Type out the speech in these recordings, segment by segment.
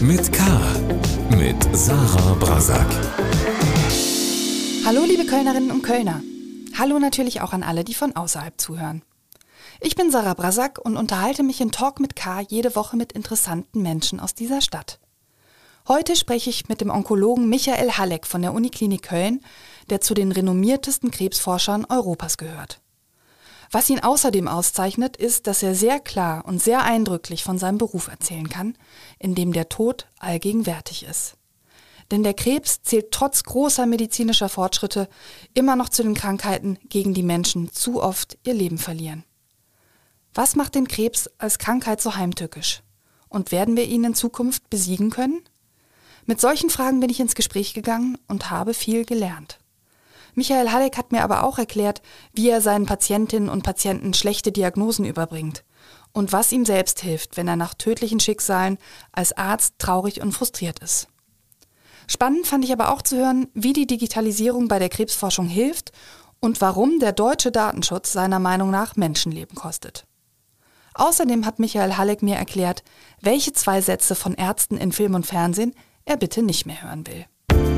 mit K. Mit Sarah Brasak. Hallo liebe Kölnerinnen und Kölner. Hallo natürlich auch an alle, die von außerhalb zuhören. Ich bin Sarah Brasak und unterhalte mich in Talk mit K jede Woche mit interessanten Menschen aus dieser Stadt. Heute spreche ich mit dem Onkologen Michael Halleck von der Uniklinik Köln, der zu den renommiertesten Krebsforschern Europas gehört. Was ihn außerdem auszeichnet, ist, dass er sehr klar und sehr eindrücklich von seinem Beruf erzählen kann, in dem der Tod allgegenwärtig ist. Denn der Krebs zählt trotz großer medizinischer Fortschritte immer noch zu den Krankheiten, gegen die Menschen zu oft ihr Leben verlieren. Was macht den Krebs als Krankheit so heimtückisch? Und werden wir ihn in Zukunft besiegen können? Mit solchen Fragen bin ich ins Gespräch gegangen und habe viel gelernt. Michael Halleck hat mir aber auch erklärt, wie er seinen Patientinnen und Patienten schlechte Diagnosen überbringt und was ihm selbst hilft, wenn er nach tödlichen Schicksalen als Arzt traurig und frustriert ist. Spannend fand ich aber auch zu hören, wie die Digitalisierung bei der Krebsforschung hilft und warum der deutsche Datenschutz seiner Meinung nach Menschenleben kostet. Außerdem hat Michael Halleck mir erklärt, welche 2 Sätze von Ärzten in Film und Fernsehen er bitte nicht mehr hören will.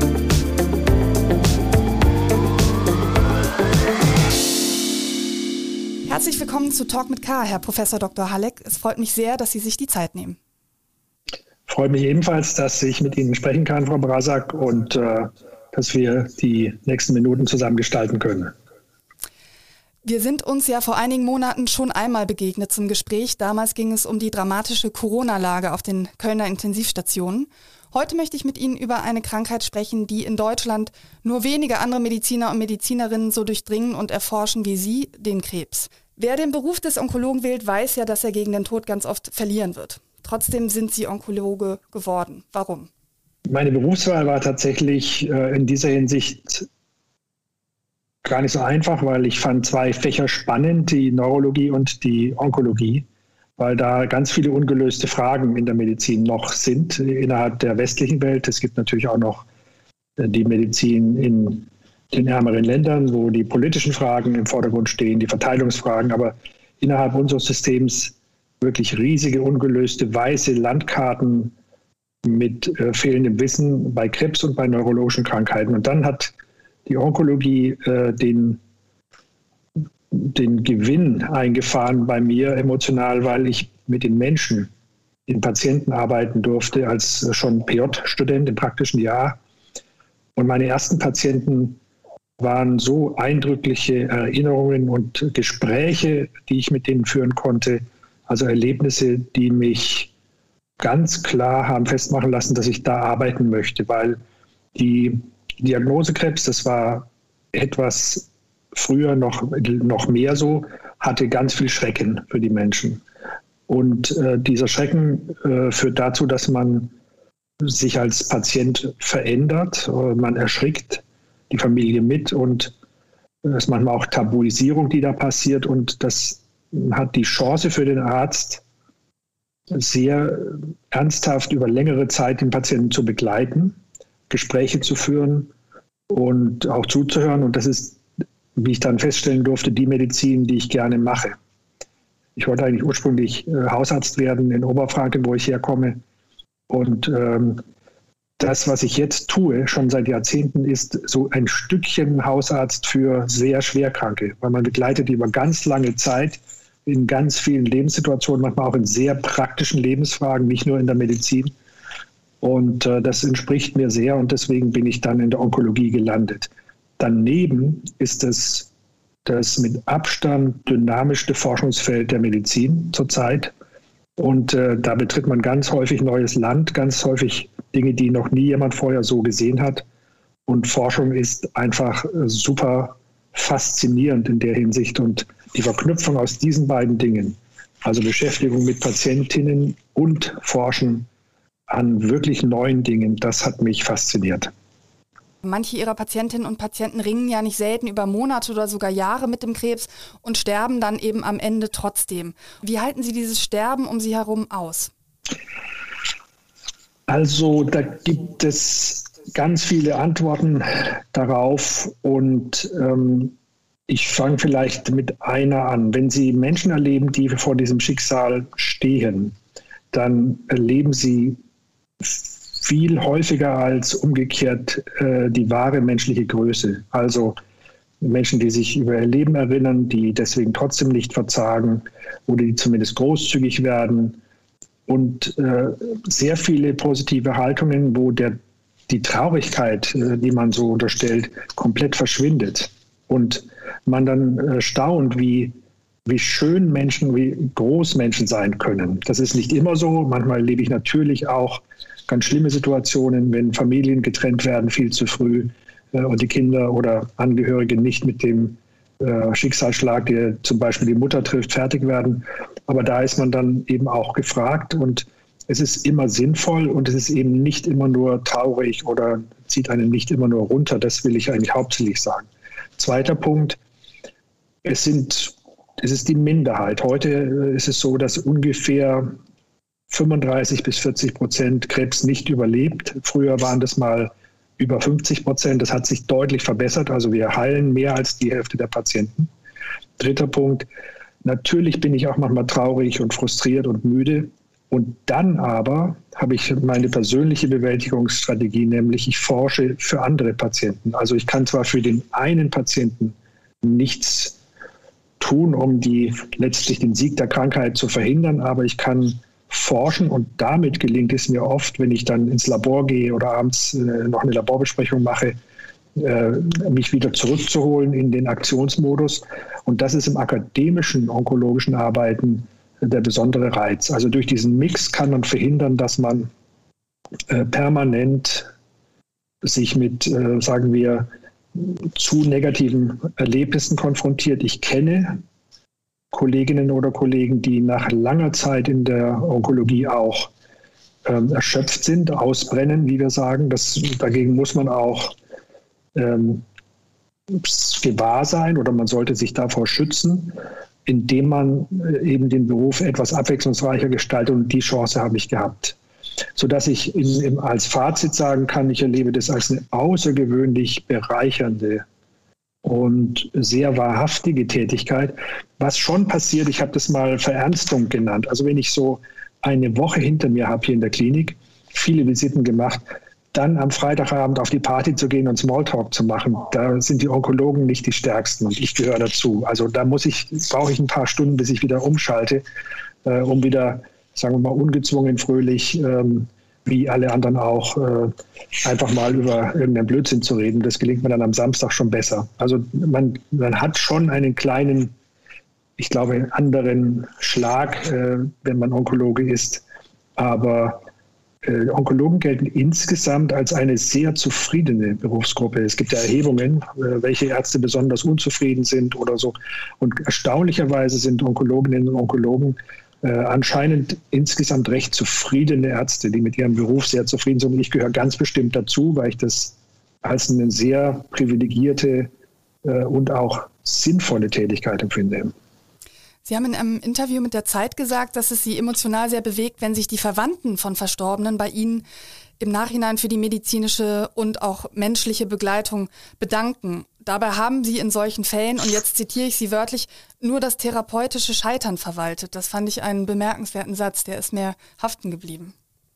Herzlich willkommen zu Talk mit K, Herr Professor Dr. Halleck. Es freut mich sehr, dass Sie sich die Zeit nehmen. Freut mich ebenfalls, dass ich mit Ihnen sprechen kann, Frau Brasak, und dass wir die nächsten Minuten zusammen gestalten können. Wir sind uns ja vor einigen Monaten schon einmal begegnet zum Gespräch. Damals ging es um die dramatische Corona-Lage auf den Kölner Intensivstationen. Heute möchte ich mit Ihnen über eine Krankheit sprechen, die in Deutschland nur wenige andere Mediziner und Medizinerinnen so durchdringen und erforschen wie Sie, den Krebs. Wer den Beruf des Onkologen wählt, weiß ja, dass er gegen den Tod ganz oft verlieren wird. Trotzdem sind Sie Onkologe geworden. Warum? Meine Berufswahl war tatsächlich in dieser Hinsicht gar nicht so einfach, weil ich fand 2 Fächer spannend, die Neurologie und die Onkologie, weil da ganz viele ungelöste Fragen in der Medizin noch sind innerhalb der westlichen Welt. Es gibt natürlich auch noch die Medizin in den ärmeren Ländern, wo die politischen Fragen im Vordergrund stehen, die Verteilungsfragen, aber innerhalb unseres Systems wirklich riesige, ungelöste, weiße Landkarten mit fehlendem Wissen bei Krebs und bei neurologischen Krankheiten. Und dann hat die Onkologie den Gewinn eingefahren bei mir emotional, weil ich mit den Menschen, den Patienten arbeiten durfte, als schon PJ-Student im praktischen Jahr. Und meine ersten Patienten waren so eindrückliche Erinnerungen und Gespräche, die ich mit denen führen konnte, also Erlebnisse, die mich ganz klar haben festmachen lassen, dass ich da arbeiten möchte, weil die Diagnose Krebs, das war etwas früher noch mehr so, hatte ganz viel Schrecken für die Menschen. Und dieser Schrecken führt dazu, dass man sich als Patient verändert, man erschrickt die Familie mit und es ist manchmal auch Tabuisierung, die da passiert, und das hat die Chance für den Arzt, sehr ernsthaft über längere Zeit den Patienten zu begleiten, Gespräche zu führen und auch zuzuhören. Und das ist, wie ich dann feststellen durfte, die Medizin, die ich gerne mache. Ich wollte eigentlich ursprünglich Hausarzt werden in Oberfranken, wo ich herkomme. Und das, was ich jetzt tue, schon seit Jahrzehnten, ist so ein Stückchen Hausarzt für sehr Schwerkranke, weil man begleitet die über ganz lange Zeit in ganz vielen Lebenssituationen, manchmal auch in sehr praktischen Lebensfragen, nicht nur in der Medizin. Und das entspricht mir sehr und deswegen bin ich dann in der Onkologie gelandet. Daneben ist es das mit Abstand dynamischste Forschungsfeld der Medizin zurzeit. Und da betritt man ganz häufig neues Land, ganz häufig Dinge, die noch nie jemand vorher so gesehen hat. Und Forschung ist einfach super faszinierend in der Hinsicht. Und die Verknüpfung aus diesen beiden Dingen, also Beschäftigung mit Patientinnen und Forschen an wirklich neuen Dingen, das hat mich fasziniert. Manche Ihrer Patientinnen und Patienten ringen ja nicht selten über Monate oder sogar Jahre mit dem Krebs und sterben dann eben am Ende trotzdem. Wie halten Sie dieses Sterben um Sie herum aus? Also da gibt es ganz viele Antworten darauf und ich fange vielleicht mit einer an. Wenn Sie Menschen erleben, die vor diesem Schicksal stehen, dann erleben Sie viel häufiger als umgekehrt die wahre menschliche Größe. Also Menschen, die sich über ihr Leben erinnern, die deswegen trotzdem nicht verzagen oder die zumindest großzügig werden und sehr viele positive Haltungen, wo die Traurigkeit, die man so unterstellt, komplett verschwindet und man dann staunt, wie schön Menschen, wie groß Menschen sein können. Das ist nicht immer so. Manchmal erlebe ich natürlich auch ganz schlimme Situationen, wenn Familien getrennt werden viel zu früh und die Kinder oder Angehörige nicht mit dem Schicksalsschlag, der zum Beispiel die Mutter trifft, fertig werden. Aber da ist man dann eben auch gefragt und es ist immer sinnvoll und es ist eben nicht immer nur traurig oder zieht einen nicht immer nur runter. Das will ich eigentlich hauptsächlich sagen. Zweiter Punkt, es ist die Minderheit. Heute ist es so, dass ungefähr 35-40% Krebs nicht überlebt. Früher waren das mal über 50%. Das hat sich deutlich verbessert. Also wir heilen mehr als die Hälfte der Patienten. Dritter Punkt, natürlich bin ich auch manchmal traurig und frustriert und müde. Und dann aber habe ich meine persönliche Bewältigungsstrategie, nämlich ich forsche für andere Patienten. Also ich kann zwar für den einen Patienten nichts tun, um letztlich den Sieg der Krankheit zu verhindern, aber ich kann forschen und damit gelingt es mir oft, wenn ich dann ins Labor gehe oder abends noch eine Laborbesprechung mache, mich wieder zurückzuholen in den Aktionsmodus. Und das ist im akademischen onkologischen Arbeiten der besondere Reiz. Also durch diesen Mix kann man verhindern, dass man permanent sich mit, sagen wir, zu negativen Erlebnissen konfrontiert. Ich kenne Kolleginnen oder Kollegen, die nach langer Zeit in der Onkologie auch erschöpft sind, ausbrennen, wie wir sagen. Dagegen muss man auch gewahr sein oder man sollte sich davor schützen, indem man eben den Beruf etwas abwechslungsreicher gestaltet und die Chance habe ich gehabt. Sodass ich als Fazit sagen kann, ich erlebe das als eine außergewöhnlich bereichernde und sehr wahrhaftige Tätigkeit. Was schon passiert, ich habe das mal Verernstung genannt. Also wenn ich so eine Woche hinter mir habe hier in der Klinik, viele Visiten gemacht, dann am Freitagabend auf die Party zu gehen und Smalltalk zu machen, da sind die Onkologen nicht die Stärksten und ich gehöre dazu. Also da brauche ich ein paar Stunden, bis ich wieder umschalte, um wieder, sagen wir mal, ungezwungen, fröhlich, wie alle anderen auch, einfach mal über irgendeinen Blödsinn zu reden. Das gelingt mir dann am Samstag schon besser. Also man hat schon einen kleinen, ich glaube, anderen Schlag, wenn man Onkologe ist. Aber Onkologen gelten insgesamt als eine sehr zufriedene Berufsgruppe. Es gibt ja Erhebungen, welche Ärzte besonders unzufrieden sind oder so. Und erstaunlicherweise sind Onkologinnen und Onkologen anscheinend insgesamt recht zufriedene Ärzte, die mit ihrem Beruf sehr zufrieden sind. Und ich gehöre ganz bestimmt dazu, weil ich das als eine sehr privilegierte und auch sinnvolle Tätigkeit empfinde. Sie haben in einem Interview mit der Zeit gesagt, dass es Sie emotional sehr bewegt, wenn sich die Verwandten von Verstorbenen bei Ihnen im Nachhinein für die medizinische und auch menschliche Begleitung bedanken. Dabei haben Sie in solchen Fällen, und jetzt zitiere ich Sie wörtlich, nur das therapeutische Scheitern verwaltet. Das fand ich einen bemerkenswerten Satz, der ist mir haften geblieben.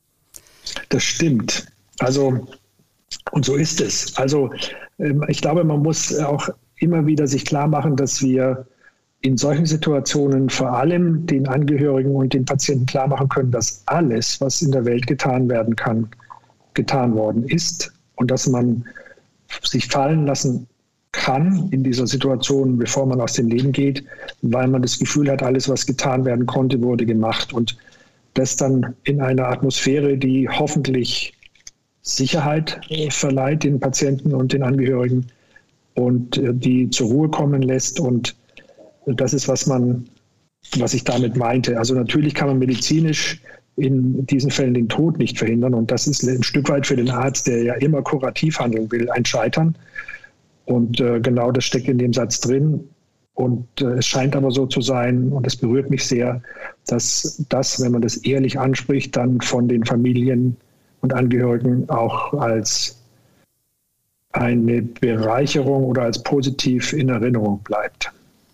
Das stimmt. Also, und so ist es. Also, ich glaube, man muss auch immer wieder sich klar machen, dass wir in solchen Situationen vor allem den Angehörigen und den Patienten klar machen können, dass alles, was in der Welt getan werden kann, getan worden ist und dass man sich fallen lassen kann in dieser Situation, bevor man aus dem Leben geht, weil man das Gefühl hat, alles, was getan werden konnte, wurde gemacht. Und das dann in einer Atmosphäre, die hoffentlich Sicherheit verleiht den Patienten und den Angehörigen und die zur Ruhe kommen lässt. Und das ist, was ich damit meinte. Also natürlich kann man medizinisch in diesen Fällen den Tod nicht verhindern. Und das ist ein Stück weit für den Arzt, der ja immer kurativ handeln will, ein Scheitern. Und genau das steckt in dem Satz drin. Und es scheint aber so zu sein, und es berührt mich sehr, dass das, wenn man das ehrlich anspricht, dann von den Familien und Angehörigen auch als eine Bereicherung oder als positiv in Erinnerung bleibt.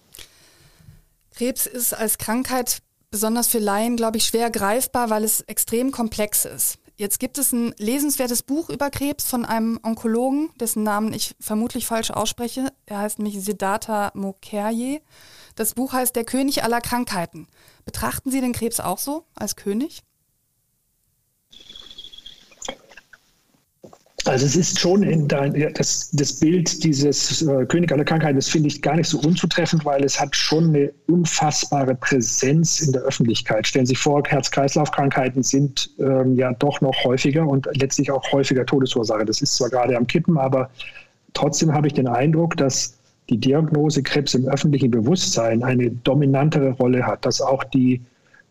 Krebs ist als Krankheit besonders für Laien, glaube ich, schwer greifbar, weil es extrem komplex ist. Jetzt gibt es ein lesenswertes Buch über Krebs von einem Onkologen, dessen Namen ich vermutlich falsch ausspreche. Er heißt nämlich Siddhartha Mukherjee. Das Buch heißt Der König aller Krankheiten. Betrachten Sie den Krebs auch so als König? Also es ist schon das Bild dieses König aller Krankheiten, das finde ich gar nicht so unzutreffend, weil es hat schon eine unfassbare Präsenz in der Öffentlichkeit. Stellen Sie sich vor, Herz-Kreislauf-Krankheiten sind ja doch noch häufiger und letztlich auch häufiger Todesursache. Das ist zwar gerade am Kippen, aber trotzdem habe ich den Eindruck, dass die Diagnose Krebs im öffentlichen Bewusstsein eine dominantere Rolle hat, dass auch die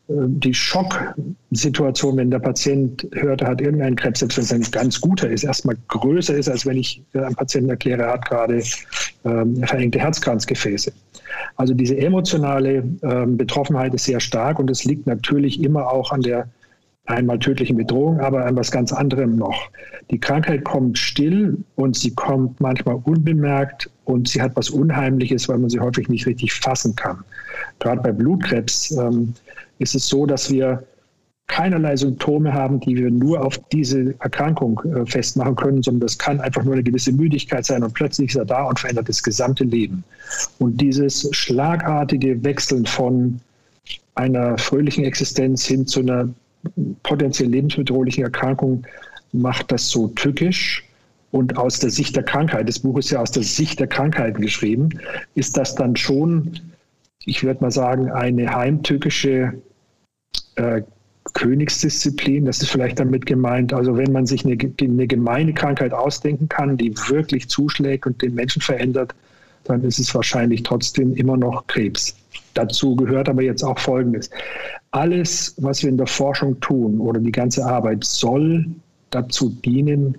Schocksituation, wenn der Patient hört, er hat irgendeinen Krebs, selbst wenn es ein ganz guter ist, erstmal größer ist, als wenn ich einem Patienten erkläre, er hat gerade verengte Herzkranzgefäße. Also diese emotionale Betroffenheit ist sehr stark und es liegt natürlich immer auch an der einmal tödlichen Bedrohung, aber an was ganz anderem noch. Die Krankheit kommt still und sie kommt manchmal unbemerkt und sie hat was Unheimliches, weil man sie häufig nicht richtig fassen kann. Gerade bei Blutkrebs ist es so, dass wir keinerlei Symptome haben, die wir nur auf diese Erkrankung festmachen können, sondern das kann einfach nur eine gewisse Müdigkeit sein und plötzlich ist er da und verändert das gesamte Leben. Und dieses schlagartige Wechseln von einer fröhlichen Existenz hin zu einer potenziell lebensbedrohlichen Erkrankung macht das so tückisch. Und aus der Sicht der Krankheit, das Buch ist ja aus der Sicht der Krankheiten geschrieben, ist das dann schon, ich würde mal sagen, eine heimtückische Königsdisziplin. Das ist vielleicht damit gemeint, also wenn man sich eine gemeine Krankheit ausdenken kann, die wirklich zuschlägt und den Menschen verändert, dann ist es wahrscheinlich trotzdem immer noch Krebs. Dazu gehört aber jetzt auch Folgendes. Alles, was wir in der Forschung tun oder die ganze Arbeit, soll dazu dienen,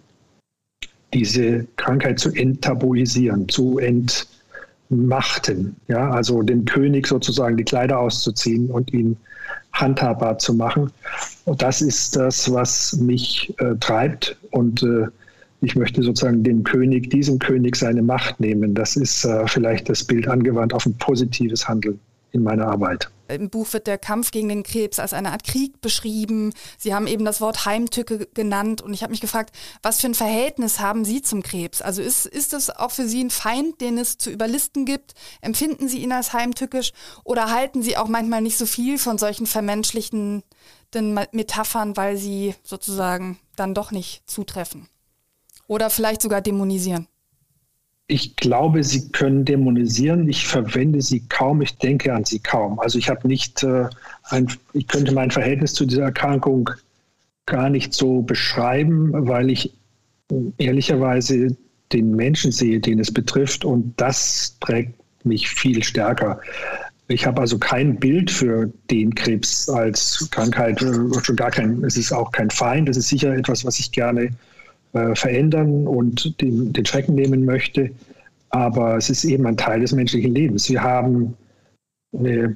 diese Krankheit zu enttabuisieren, zu entmachten. Ja, also dem König sozusagen die Kleider auszuziehen und ihn handhabbar zu machen. Und das ist das, was mich treibt. Und ich möchte sozusagen diesem König seine Macht nehmen. Das ist vielleicht das Bild angewandt auf ein positives Handeln in meiner Arbeit. Im Buch wird der Kampf gegen den Krebs als eine Art Krieg beschrieben. Sie haben eben das Wort Heimtücke genannt und ich habe mich gefragt, was für ein Verhältnis haben Sie zum Krebs? Also ist es auch für Sie ein Feind, den es zu überlisten gibt? Empfinden Sie ihn als heimtückisch oder halten Sie auch manchmal nicht so viel von solchen vermenschlichten Metaphern, weil sie sozusagen dann doch nicht zutreffen? Oder vielleicht sogar dämonisieren? Ich glaube, Sie können dämonisieren. Ich verwende sie kaum. Ich denke an sie kaum. Also ich habe nicht, ich könnte mein Verhältnis zu dieser Erkrankung gar nicht so beschreiben, weil ich ehrlicherweise den Menschen sehe, den es betrifft. Und das prägt mich viel stärker. Ich habe also kein Bild für den Krebs als Krankheit, schon gar kein, es ist auch kein Feind. Es ist sicher etwas, was ich gerne verändern und den Schrecken nehmen möchte. Aber es ist eben ein Teil des menschlichen Lebens. Wir haben eine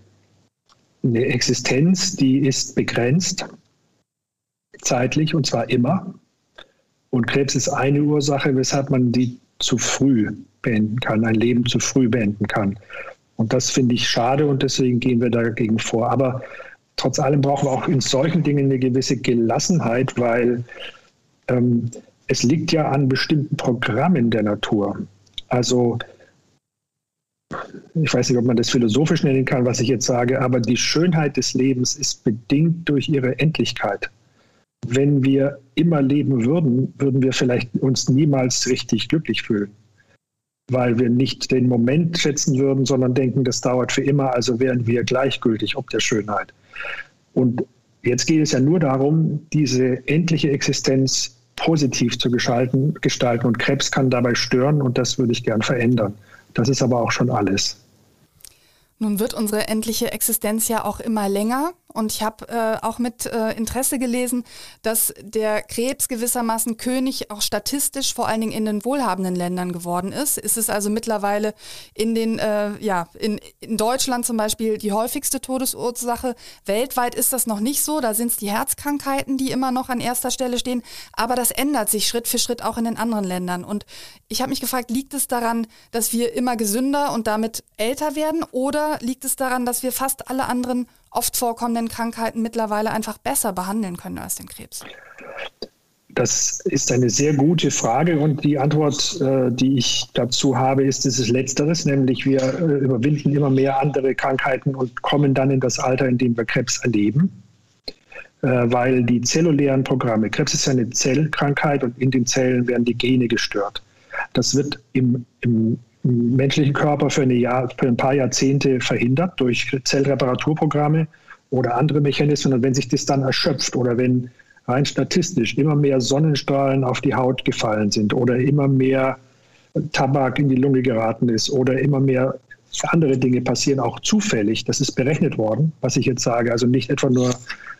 Existenz, die ist begrenzt, zeitlich, und zwar immer. Und Krebs ist eine Ursache, weshalb man die zu früh beenden kann, ein Leben zu früh beenden kann. Und das finde ich schade und deswegen gehen wir dagegen vor. Aber trotz allem brauchen wir auch in solchen Dingen eine gewisse Gelassenheit, weil es liegt ja an bestimmten Programmen der Natur. Also, ich weiß nicht, ob man das philosophisch nennen kann, was ich jetzt sage, aber die Schönheit des Lebens ist bedingt durch ihre Endlichkeit. Wenn wir immer leben würden, würden wir vielleicht uns niemals richtig glücklich fühlen, weil wir nicht den Moment schätzen würden, sondern denken, das dauert für immer, also wären wir gleichgültig ob der Schönheit. Und jetzt geht es ja nur darum, diese endliche Existenz positiv zu gestalten und Krebs kann dabei stören und das würde ich gern verändern. Das ist aber auch schon alles. Nun wird unsere endliche Existenz ja auch immer länger und ich habe auch mit Interesse gelesen, dass der Krebs gewissermaßen König auch statistisch vor allen Dingen in den wohlhabenden Ländern geworden ist. Es ist also mittlerweile in Deutschland zum Beispiel die häufigste Todesursache. Weltweit ist das noch nicht so, da sind es die Herzkrankheiten, die immer noch an erster Stelle stehen, aber das ändert sich Schritt für Schritt auch in den anderen Ländern. Und ich habe mich gefragt, liegt es daran, dass wir immer gesünder und damit älter werden oder liegt es daran, dass wir fast alle anderen oft vorkommenden Krankheiten mittlerweile einfach besser behandeln können als den Krebs? Das ist eine sehr gute Frage und die Antwort, die ich dazu habe, ist dieses Letzteres, nämlich wir überwinden immer mehr andere Krankheiten und kommen dann in das Alter, in dem wir Krebs erleben, weil die zellulären Programme, Krebs ist ja eine Zellkrankheit und in den Zellen werden die Gene gestört. Das wird im menschlichen Körper für ein paar Jahrzehnte verhindert durch Zellreparaturprogramme oder andere Mechanismen und wenn sich das dann erschöpft oder wenn rein statistisch immer mehr Sonnenstrahlen auf die Haut gefallen sind oder immer mehr Tabak in die Lunge geraten ist oder immer mehr andere Dinge passieren, auch zufällig. Das ist berechnet worden, was ich jetzt sage, also nicht etwa nur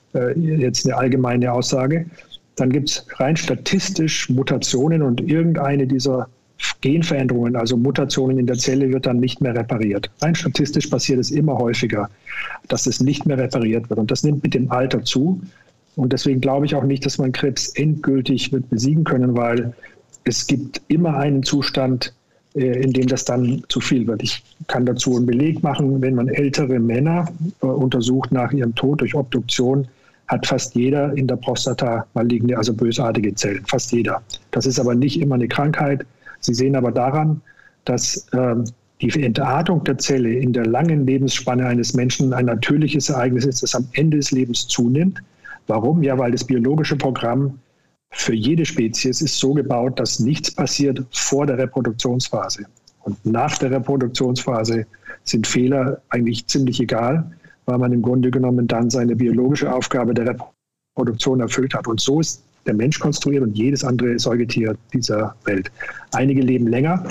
jetzt eine allgemeine Aussage. Dann gibt es rein statistisch Mutationen und irgendeine dieser Genveränderungen, also Mutationen in der Zelle, wird dann nicht mehr repariert. Rein statistisch passiert es immer häufiger, dass es nicht mehr repariert wird. Und das nimmt mit dem Alter zu. Und deswegen glaube ich auch nicht, dass man Krebs endgültig wird besiegen können, weil es gibt immer einen Zustand, in dem das dann zu viel wird. Ich kann dazu einen Beleg machen, wenn man ältere Männer untersucht nach ihrem Tod durch Obduktion, hat fast jeder in der Prostata maligne, also bösartige Zellen. Fast jeder. Das ist aber nicht immer eine Krankheit. Sie sehen aber daran, dass die Entartung der Zelle in der langen Lebensspanne eines Menschen ein natürliches Ereignis ist, das am Ende des Lebens zunimmt. Warum? Ja, weil das biologische Programm für jede Spezies ist so gebaut, dass nichts passiert vor der Reproduktionsphase. Und nach der Reproduktionsphase sind Fehler eigentlich ziemlich egal, weil man im Grunde genommen dann seine biologische Aufgabe der Reproduktion erfüllt hat. Und so ist der Mensch konstruiert und jedes andere Säugetier dieser Welt. Einige leben länger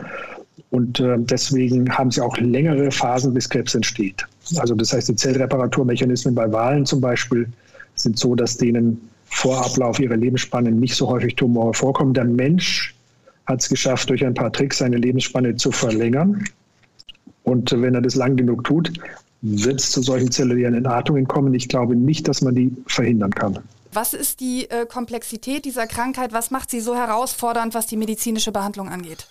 und deswegen haben sie auch längere Phasen, bis Krebs entsteht. Also das heißt, die Zellreparaturmechanismen bei Walen zum Beispiel sind so, dass denen vor Ablauf ihrer Lebensspanne nicht so häufig Tumore vorkommen. Der Mensch hat es geschafft, durch ein paar Tricks seine Lebensspanne zu verlängern. Und wenn er das lang genug tut, wird es zu solchen zellulären Entartungen kommen. Ich glaube nicht, dass man die verhindern kann. Was ist die Komplexität dieser Krankheit? Was macht sie so herausfordernd, was die medizinische Behandlung angeht?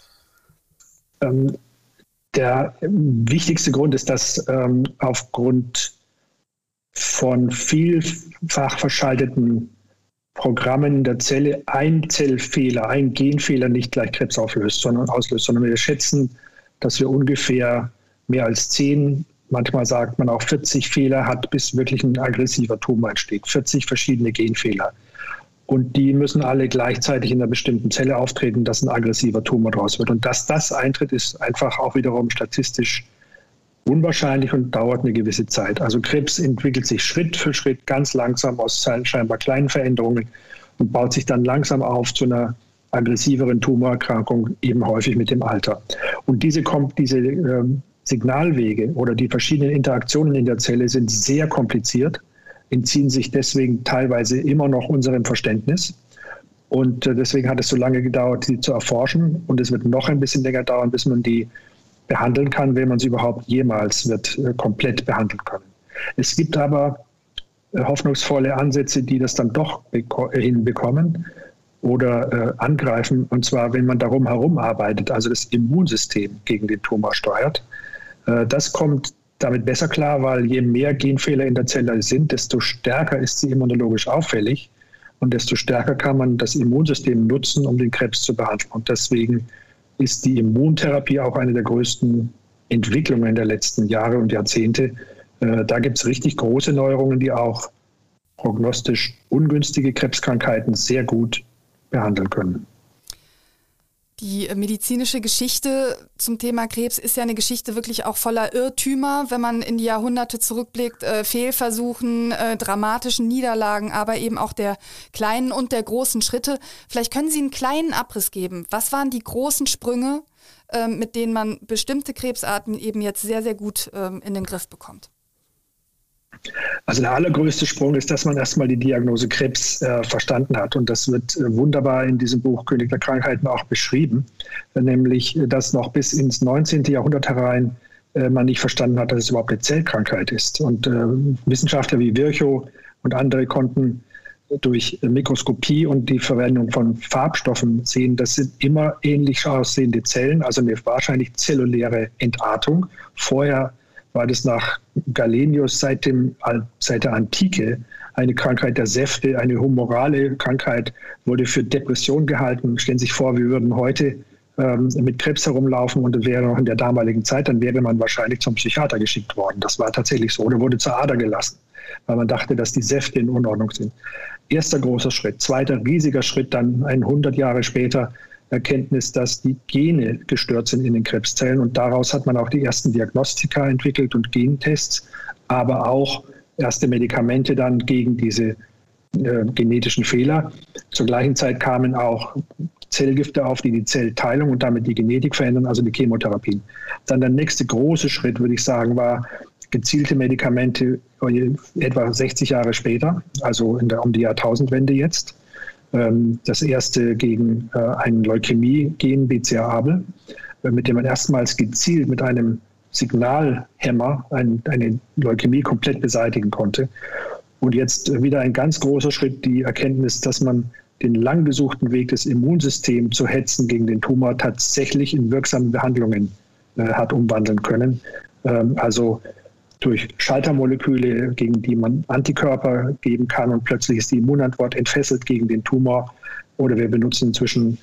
Der wichtigste Grund ist, dass aufgrund von vielfach verschalteten Programmen in der Zelle ein Zellfehler, ein Genfehler nicht gleich Krebs auslöst, sondern wir schätzen, dass wir ungefähr mehr als 10, manchmal sagt man auch 40 Fehler hat, bis wirklich ein aggressiver Tumor entsteht. 40 verschiedene Genfehler. Und die müssen alle gleichzeitig in einer bestimmten Zelle auftreten, dass ein aggressiver Tumor draus wird. Und dass das eintritt, ist einfach auch wiederum statistisch unwahrscheinlich und dauert eine gewisse Zeit. Also Krebs entwickelt sich Schritt für Schritt ganz langsam aus scheinbar kleinen Veränderungen und baut sich dann langsam auf zu einer aggressiveren Tumorerkrankung, eben häufig mit dem Alter. Und diese Signalwege oder die verschiedenen Interaktionen in der Zelle sind sehr kompliziert, entziehen sich deswegen teilweise immer noch unserem Verständnis. Und deswegen hat es so lange gedauert, sie zu erforschen. Und es wird noch ein bisschen länger dauern, bis man die behandeln kann, wenn man sie überhaupt jemals wird komplett behandeln können. Es gibt aber hoffnungsvolle Ansätze, die das dann doch hinbekommen oder angreifen. Und zwar, wenn man darum herum arbeitet, also das Immunsystem gegen den Tumor steuert. Das kommt damit besser klar, weil je mehr Genfehler in der Zelle sind, desto stärker ist sie immunologisch auffällig und desto stärker kann man das Immunsystem nutzen, um den Krebs zu behandeln. Und deswegen ist die Immuntherapie auch eine der größten Entwicklungen der letzten Jahre und Jahrzehnte. Da gibt es richtig große Neuerungen, die auch prognostisch ungünstige Krebskrankheiten sehr gut behandeln können. Die medizinische Geschichte zum Thema Krebs ist ja eine Geschichte wirklich auch voller Irrtümer, wenn man in die Jahrhunderte zurückblickt, Fehlversuchen, dramatischen Niederlagen, aber eben auch der kleinen und der großen Schritte. Vielleicht können Sie einen kleinen Abriss geben. Was waren die großen Sprünge, mit denen man bestimmte Krebsarten eben jetzt sehr, sehr gut in den Griff bekommt? Also der allergrößte Sprung ist, dass man erstmal die Diagnose Krebs verstanden hat. Und das wird wunderbar in diesem Buch König der Krankheiten auch beschrieben. Nämlich, dass noch bis ins 19. Jahrhundert herein man nicht verstanden hat, dass es überhaupt eine Zellkrankheit ist. Und Wissenschaftler wie Virchow und andere konnten durch Mikroskopie und die Verwendung von Farbstoffen sehen, das sind immer ähnlich aussehende Zellen, also eine wahrscheinlich zelluläre Entartung. Vorher war das nach Galenius seit der Antike eine Krankheit der Säfte, eine humorale Krankheit, wurde für Depression gehalten. Stellen Sie sich vor, wir würden heute mit Krebs herumlaufen und das wäre noch in der damaligen Zeit, dann wäre man wahrscheinlich zum Psychiater geschickt worden. Das war tatsächlich so. Oder wurde zur Ader gelassen, weil man dachte, dass die Säfte in Unordnung sind. Erster großer Schritt. Zweiter riesiger Schritt, dann 100 Jahre später, Erkenntnis, dass die Gene gestört sind in den Krebszellen. Und daraus hat man auch die ersten Diagnostika entwickelt und Gentests, aber auch erste Medikamente dann gegen diese genetischen Fehler. Zur gleichen Zeit kamen auch Zellgifte auf, die Zellteilung und damit die Genetik verändern, also die Chemotherapien. Dann der nächste große Schritt, würde ich sagen, war gezielte Medikamente etwa 60 Jahre später, also um die Jahrtausendwende jetzt. Das erste gegen ein Leukämie-Gen, BCA-ABL, mit dem man erstmals gezielt mit einem Signalhemmer eine Leukämie komplett beseitigen konnte. Und jetzt wieder ein ganz großer Schritt, die Erkenntnis, dass man den lang gesuchten Weg des Immunsystems zu hetzen gegen den Tumor tatsächlich in wirksame Behandlungen hat umwandeln können. Also durch Schaltermoleküle, gegen die man Antikörper geben kann und plötzlich ist die Immunantwort entfesselt gegen den Tumor. Oder wir benutzen inzwischen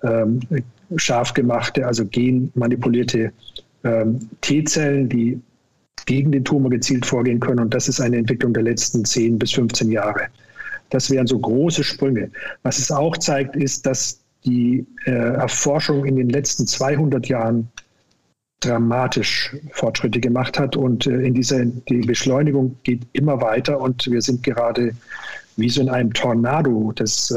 scharf gemachte, also genmanipulierte T-Zellen, die gegen den Tumor gezielt vorgehen können. Und das ist eine Entwicklung der letzten 10 bis 15 Jahre. Das wären so große Sprünge. Was es auch zeigt, ist, dass die Erforschung in den letzten 200 Jahren dramatisch Fortschritte gemacht hat und die Beschleunigung geht immer weiter und wir sind gerade wie so in einem Tornado des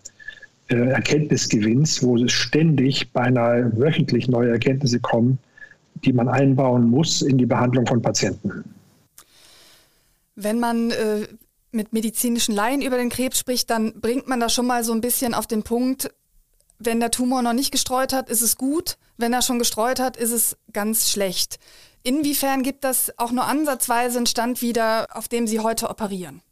Erkenntnisgewinns, wo es ständig, beinahe wöchentlich neue Erkenntnisse kommen, die man einbauen muss in die Behandlung von Patienten. Wenn man mit medizinischen Laien über den Krebs spricht, dann bringt man das schon mal so ein bisschen auf den Punkt, wenn der Tumor noch nicht gestreut hat, ist es gut. Wenn er schon gestreut hat, ist es ganz schlecht. Inwiefern gibt das auch nur ansatzweise einen Stand wieder, auf dem Sie heute operieren?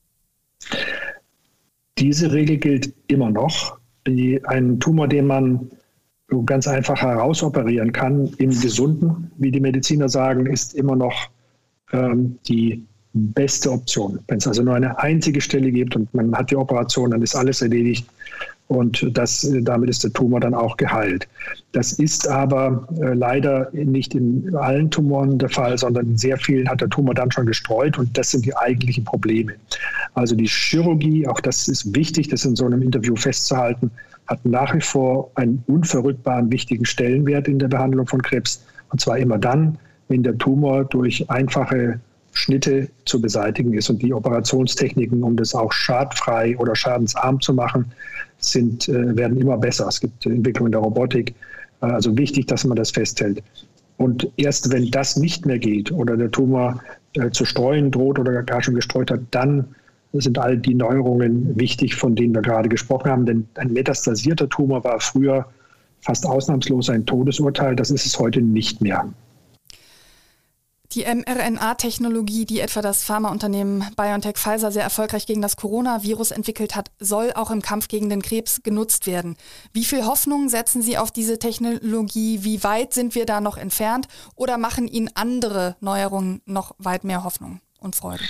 Diese Regel gilt immer noch. Ein Tumor, den man ganz einfach herausoperieren kann, im Gesunden, wie die Mediziner sagen, ist immer noch die beste Option. Wenn es also nur eine einzige Stelle gibt und man hat die Operation, dann ist alles erledigt und damit ist der Tumor dann auch geheilt. Das ist aber leider nicht in allen Tumoren der Fall, sondern in sehr vielen hat der Tumor dann schon gestreut und das sind die eigentlichen Probleme. Also die Chirurgie, auch das ist wichtig, das in so einem Interview festzuhalten, hat nach wie vor einen unverrückbaren wichtigen Stellenwert in der Behandlung von Krebs. Und zwar immer dann, wenn der Tumor durch einfache Schnitte zu beseitigen ist. Und die Operationstechniken, um das auch schadfrei oder schadensarm zu machen, werden immer besser. Es gibt Entwicklungen der Robotik. Also wichtig, dass man das festhält. Und erst wenn das nicht mehr geht oder der Tumor zu streuen droht oder gar schon gestreut hat, dann sind all die Neuerungen wichtig, von denen wir gerade gesprochen haben. Denn ein metastasierter Tumor war früher fast ausnahmslos ein Todesurteil. Das ist es heute nicht mehr. Die mRNA-Technologie, die etwa das Pharmaunternehmen BioNTech-Pfizer sehr erfolgreich gegen das Coronavirus entwickelt hat, soll auch im Kampf gegen den Krebs genutzt werden. Wie viel Hoffnung setzen Sie auf diese Technologie? Wie weit sind wir da noch entfernt? Oder machen Ihnen andere Neuerungen noch weit mehr Hoffnung und Freude?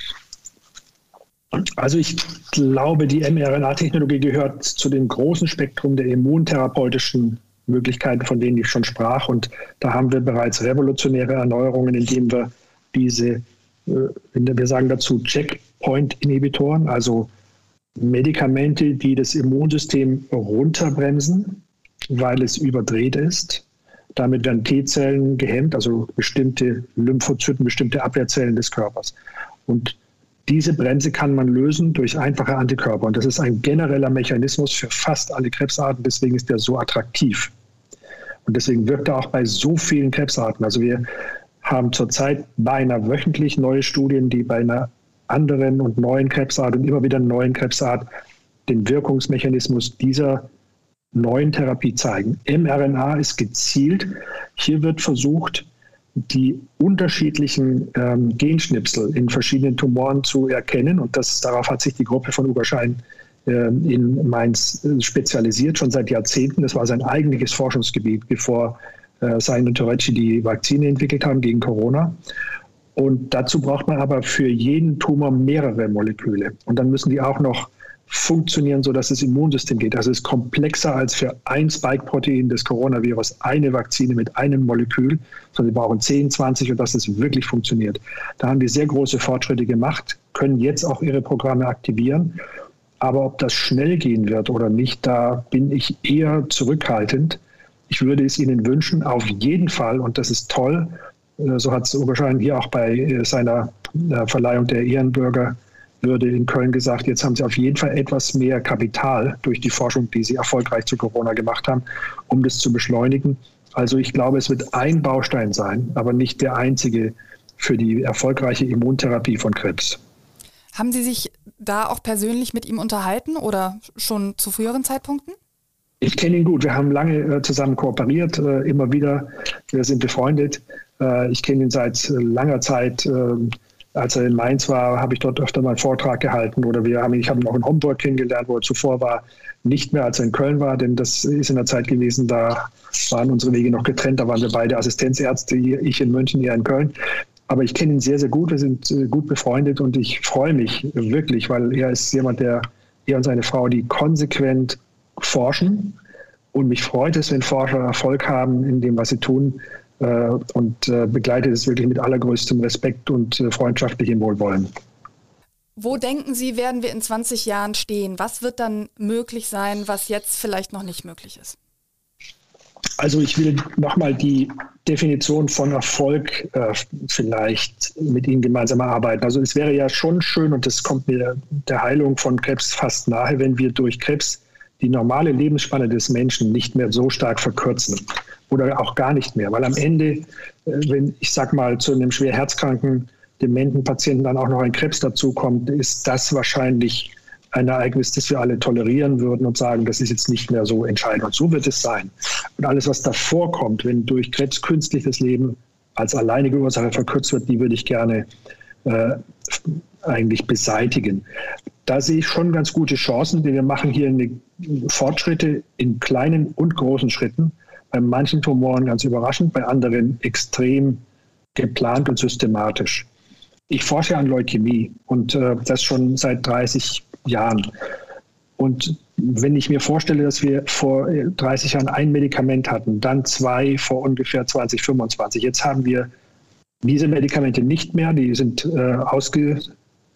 Also ich glaube, die mRNA-Technologie gehört zu dem großen Spektrum der immuntherapeutischen Möglichkeiten, von denen ich schon sprach. Und da haben wir bereits revolutionäre Erneuerungen, indem wir wir sagen dazu Checkpoint-Inhibitoren, also Medikamente, die das Immunsystem runterbremsen, weil es überdreht ist. Damit werden T-Zellen gehemmt, also bestimmte Lymphozyten, bestimmte Abwehrzellen des Körpers. Und diese Bremse kann man lösen durch einfache Antikörper. Und das ist ein genereller Mechanismus für fast alle Krebsarten. Deswegen ist der so attraktiv. Und deswegen wirkt er auch bei so vielen Krebsarten. Also wir haben zurzeit beinahe wöchentlich neue Studien, die bei einer anderen und neuen Krebsart und immer wieder neuen Krebsart den Wirkungsmechanismus dieser neuen Therapie zeigen. mRNA ist gezielt. Hier wird versucht, die unterschiedlichen Genschnipsel in verschiedenen Tumoren zu erkennen. Und darauf hat sich die Gruppe von Ugo Schein in Mainz spezialisiert, schon seit Jahrzehnten. Das war sein eigentliches Forschungsgebiet, bevor Sain und Torecki die Vakzine entwickelt haben gegen Corona. Und dazu braucht man aber für jeden Tumor mehrere Moleküle. Und dann müssen die auch noch funktionieren, sodass das Immunsystem geht. Also es ist komplexer als für ein Spike-Protein des Coronavirus eine Vakzine mit einem Molekül, sondern wir brauchen 10, 20 und dass es wirklich funktioniert. Da haben die sehr große Fortschritte gemacht, können jetzt auch ihre Programme aktivieren. Aber ob das schnell gehen wird oder nicht, da bin ich eher zurückhaltend. Ich würde es Ihnen wünschen, auf jeden Fall, und das ist toll, so hat es Oberschein hier auch bei seiner Verleihung der Ehrenbürgerwürde in Köln gesagt, jetzt haben Sie auf jeden Fall etwas mehr Kapital durch die Forschung, die Sie erfolgreich zu Corona gemacht haben, um das zu beschleunigen. Also ich glaube, es wird ein Baustein sein, aber nicht der einzige für die erfolgreiche Immuntherapie von Krebs. Haben Sie sich da auch persönlich mit ihm unterhalten oder schon zu früheren Zeitpunkten? Ich kenne ihn gut. Wir haben lange zusammen kooperiert, immer wieder. Wir sind befreundet. Ich kenne ihn seit langer Zeit. Als er in Mainz war, habe ich dort öfter mal einen Vortrag gehalten. Oder ich habe ihn auch in Homburg kennengelernt, wo er zuvor war. Nicht mehr, als er in Köln war, denn das ist in der Zeit gewesen, da waren unsere Wege noch getrennt. Da waren wir beide Assistenzärzte, ich in München, er in Köln. Aber ich kenne ihn sehr, sehr gut. Wir sind gut befreundet und ich freue mich wirklich, weil er ist jemand, er und seine Frau, die konsequent forschen. Und mich freut es, wenn Forscher Erfolg haben in dem, was sie tun, und begleite es wirklich mit allergrößtem Respekt und freundschaftlichem Wohlwollen. Wo denken Sie, werden wir in 20 Jahren stehen? Was wird dann möglich sein, was jetzt vielleicht noch nicht möglich ist? Also ich will nochmal die Definition von Erfolg vielleicht mit Ihnen gemeinsam erarbeiten. Also es wäre ja schon schön, und das kommt mir der Heilung von Krebs fast nahe, wenn wir durch Krebs die normale Lebensspanne des Menschen nicht mehr so stark verkürzen oder auch gar nicht mehr. Weil am Ende, wenn ich sag mal zu einem schwer herzkranken, dementen Patienten dann auch noch ein Krebs dazukommt, ist das wahrscheinlich ein Ereignis, das wir alle tolerieren würden und sagen, das ist jetzt nicht mehr so entscheidend. Und so wird es sein. Und alles, was davor kommt, wenn durch Krebs künstlich das Leben als alleinige Ursache verkürzt wird, die würde ich gerne eigentlich beseitigen. Da sehe ich schon ganz gute Chancen, denn wir machen hier Fortschritte in kleinen und großen Schritten. Bei manchen Tumoren ganz überraschend, bei anderen extrem geplant und systematisch. Ich forsche an Leukämie und das schon seit 30 Jahren. Und wenn ich mir vorstelle, dass wir vor 30 Jahren ein Medikament hatten, dann 2 vor ungefähr 2025. Jetzt haben wir diese Medikamente nicht mehr, die sind aussortiert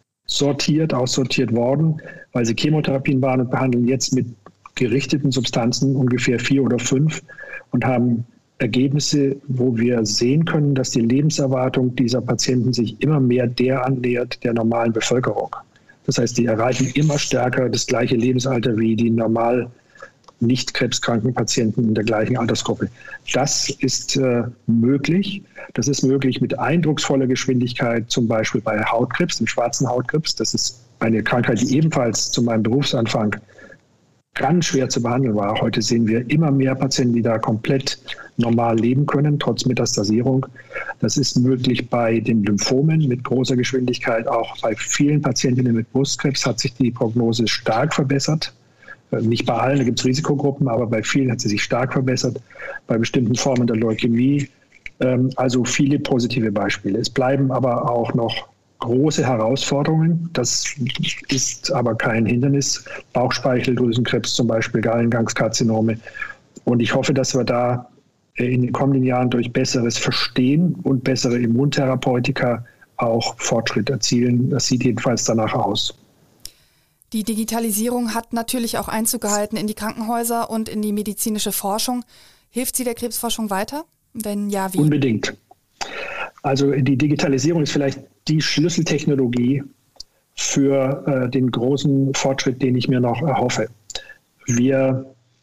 worden, weil sie Chemotherapien waren und behandeln jetzt mit gerichteten Substanzen ungefähr 4 oder 5 und haben Ergebnisse, wo wir sehen können, dass die Lebenserwartung dieser Patienten sich immer mehr der annähert der normalen Bevölkerung. Das heißt, die erreichen immer stärker das gleiche Lebensalter wie die normal nicht krebskranken Patienten in der gleichen Altersgruppe. Das ist möglich. Das ist möglich mit eindrucksvoller Geschwindigkeit, zum Beispiel bei Hautkrebs, dem schwarzen Hautkrebs. Das ist eine Krankheit, die ebenfalls zu meinem Berufsanfang ganz schwer zu behandeln war. Heute sehen wir immer mehr Patienten, die da komplett normal leben können, trotz Metastasierung. Das ist möglich bei den Lymphomen mit großer Geschwindigkeit. Auch bei vielen Patientinnen mit Brustkrebs hat sich die Prognose stark verbessert. Nicht bei allen, da gibt es Risikogruppen, aber bei vielen hat sie sich stark verbessert. Bei bestimmten Formen der Leukämie. Also viele positive Beispiele. Es bleiben aber auch noch große Herausforderungen. Das ist aber kein Hindernis. Bauchspeicheldrüsenkrebs zum Beispiel, Gallengangskarzinome. Und ich hoffe, dass wir da in den kommenden Jahren durch besseres Verstehen und bessere Immuntherapeutika auch Fortschritt erzielen. Das sieht jedenfalls danach aus. Die Digitalisierung hat natürlich auch Einzug gehalten in die Krankenhäuser und in die medizinische Forschung. Hilft sie der Krebsforschung weiter? Wenn ja, wie? Unbedingt. Also die Digitalisierung ist vielleicht die Schlüsseltechnologie für den großen Fortschritt, den ich mir noch erhoffe. Wir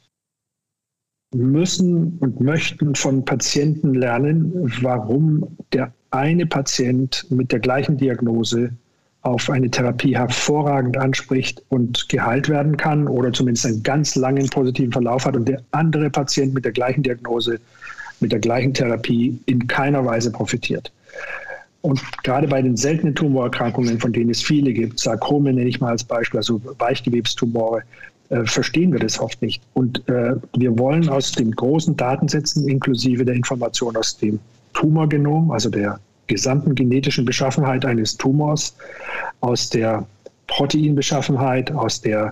müssen und möchten von Patienten lernen, warum der eine Patient mit der gleichen Diagnose auf eine Therapie hervorragend anspricht und geheilt werden kann oder zumindest einen ganz langen positiven Verlauf hat und der andere Patient mit der gleichen Diagnose, mit der gleichen Therapie in keiner Weise profitiert. Und gerade bei den seltenen Tumorerkrankungen, von denen es viele gibt, Sarkome nenne ich mal als Beispiel, also Weichgewebstumore, verstehen wir das oft nicht. Und wir wollen aus den großen Datensätzen inklusive der Information aus dem Tumorgenom, also der gesamten genetischen Beschaffenheit eines Tumors, aus der Proteinbeschaffenheit, aus der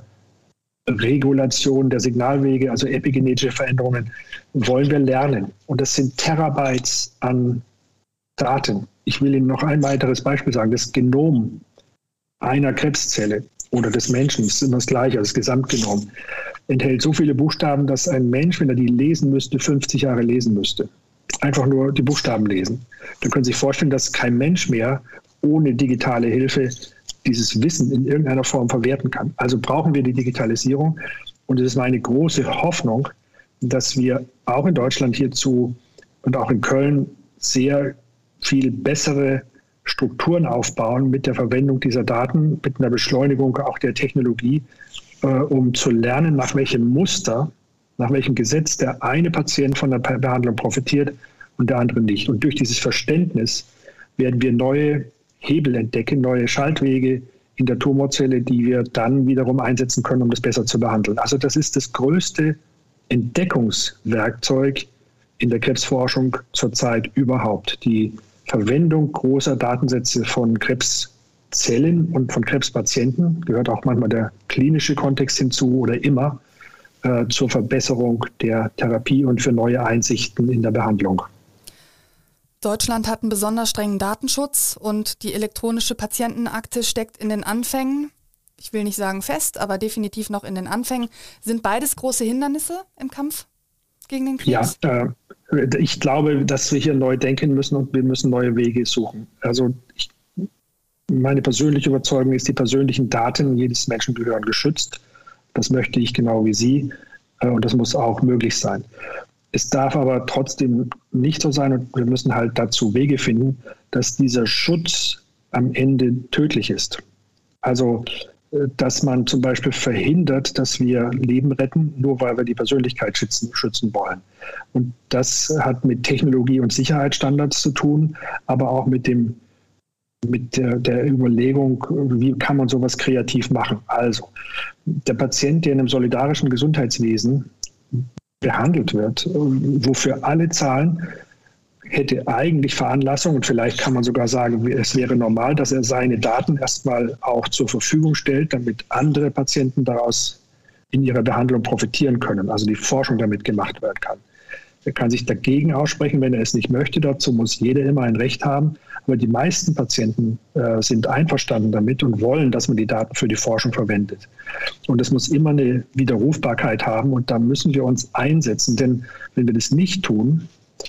Regulation der Signalwege, also epigenetische Veränderungen, wollen wir lernen. Und das sind Terabytes an Daten. Ich will Ihnen noch ein weiteres Beispiel sagen. Das Genom einer Krebszelle oder des Menschen, ist immer das Gleiche, das Gesamtgenom, enthält so viele Buchstaben, dass ein Mensch, wenn er die lesen müsste, 50 Jahre lesen müsste. Einfach nur die Buchstaben lesen. Dann können Sie sich vorstellen, dass kein Mensch mehr ohne digitale Hilfe dieses Wissen in irgendeiner Form verwerten kann. Also brauchen wir die Digitalisierung. Und es ist meine große Hoffnung, dass wir auch in Deutschland hierzu und auch in Köln sehr viel bessere Strukturen aufbauen mit der Verwendung dieser Daten, mit einer Beschleunigung auch der Technologie, um zu lernen, nach welchem Muster, nach welchem Gesetz der eine Patient von der Behandlung profitiert und der andere nicht. Und durch dieses Verständnis werden wir neue Hebel entdecken, neue Schaltwege in der Tumorzelle, die wir dann wiederum einsetzen können, um das besser zu behandeln. Also das ist das größte Entdeckungswerkzeug in der Krebsforschung zurzeit überhaupt. Die Verwendung großer Datensätze von Krebszellen und von Krebspatienten, gehört auch manchmal der klinische Kontext hinzu oder immer, zur Verbesserung der Therapie und für neue Einsichten in der Behandlung. Deutschland hat einen besonders strengen Datenschutz und die elektronische Patientenakte steckt in den Anfängen. Ich will nicht sagen fest, aber definitiv noch in den Anfängen. Sind beides große Hindernisse im Kampf gegen den Krebs? Ja, ich glaube, dass wir hier neu denken müssen und wir müssen neue Wege suchen. Also meine persönliche Überzeugung ist, die persönlichen Daten jedes Menschen gehören geschützt. Das möchte ich genau wie Sie und das muss auch möglich sein. Es darf aber trotzdem nicht so sein und wir müssen halt dazu Wege finden, dass dieser Schutz am Ende tödlich ist. Also, dass man zum Beispiel verhindert, dass wir Leben retten, nur weil wir die Persönlichkeit schützen wollen. Und das hat mit Technologie und Sicherheitsstandards zu tun, aber auch mit der Überlegung, wie kann man sowas kreativ machen. Also, der Patient, der in einem solidarischen Gesundheitswesen behandelt wird, wofür alle zahlen, hätte eigentlich Veranlassung und vielleicht kann man sogar sagen, es wäre normal, dass er seine Daten erstmal auch zur Verfügung stellt, damit andere Patienten daraus in ihrer Behandlung profitieren können, also die Forschung damit gemacht werden kann. Er kann sich dagegen aussprechen, wenn er es nicht möchte. Dazu muss jeder immer ein Recht haben. Aber die meisten Patienten sind einverstanden damit und wollen, dass man die Daten für die Forschung verwendet. Und es muss immer eine Widerrufbarkeit haben. Und da müssen wir uns einsetzen. Denn wenn wir das nicht tun,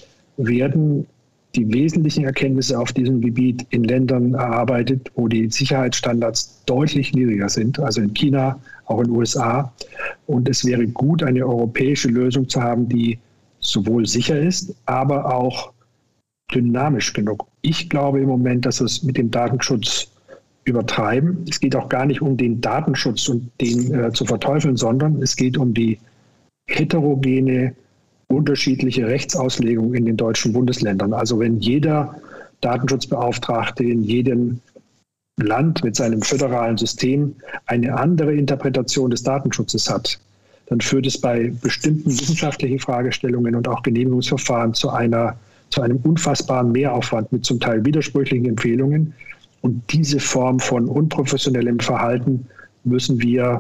werden die wesentlichen Erkenntnisse auf diesem Gebiet in Ländern erarbeitet, wo die Sicherheitsstandards deutlich niedriger sind, also in China, auch in den USA. Und es wäre gut, eine europäische Lösung zu haben, die sowohl sicher ist, aber auch dynamisch genug. Ich glaube im Moment, dass wir es mit dem Datenschutz übertreiben. Es geht auch gar nicht um den Datenschutz und den zu verteufeln, sondern es geht um die heterogene, unterschiedliche Rechtsauslegung in den deutschen Bundesländern. Also wenn jeder Datenschutzbeauftragte in jedem Land mit seinem föderalen System eine andere Interpretation des Datenschutzes hat, dann führt es bei bestimmten wissenschaftlichen Fragestellungen und auch Genehmigungsverfahren zu einem unfassbaren Mehraufwand mit zum Teil widersprüchlichen Empfehlungen. Und diese Form von unprofessionellem Verhalten müssen wir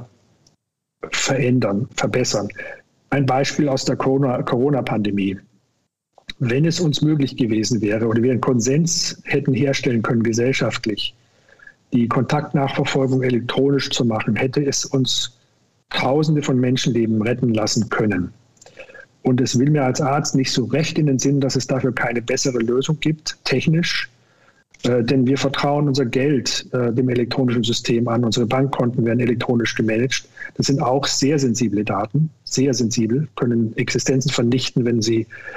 verändern, verbessern. Ein Beispiel aus der Corona-Pandemie. Wenn es uns möglich gewesen wäre oder wir einen Konsens hätten herstellen können gesellschaftlich, die Kontaktnachverfolgung elektronisch zu machen, hätte es uns Tausende von Menschenleben retten lassen können. Und es will mir als Arzt nicht so recht in den Sinn, dass es dafür keine bessere Lösung gibt, technisch. Denn wir vertrauen unser Geld dem elektronischen System an. Unsere Bankkonten werden elektronisch gemanagt. Das sind auch sehr sensible Daten, sehr sensibel, können Existenzen vernichten, wenn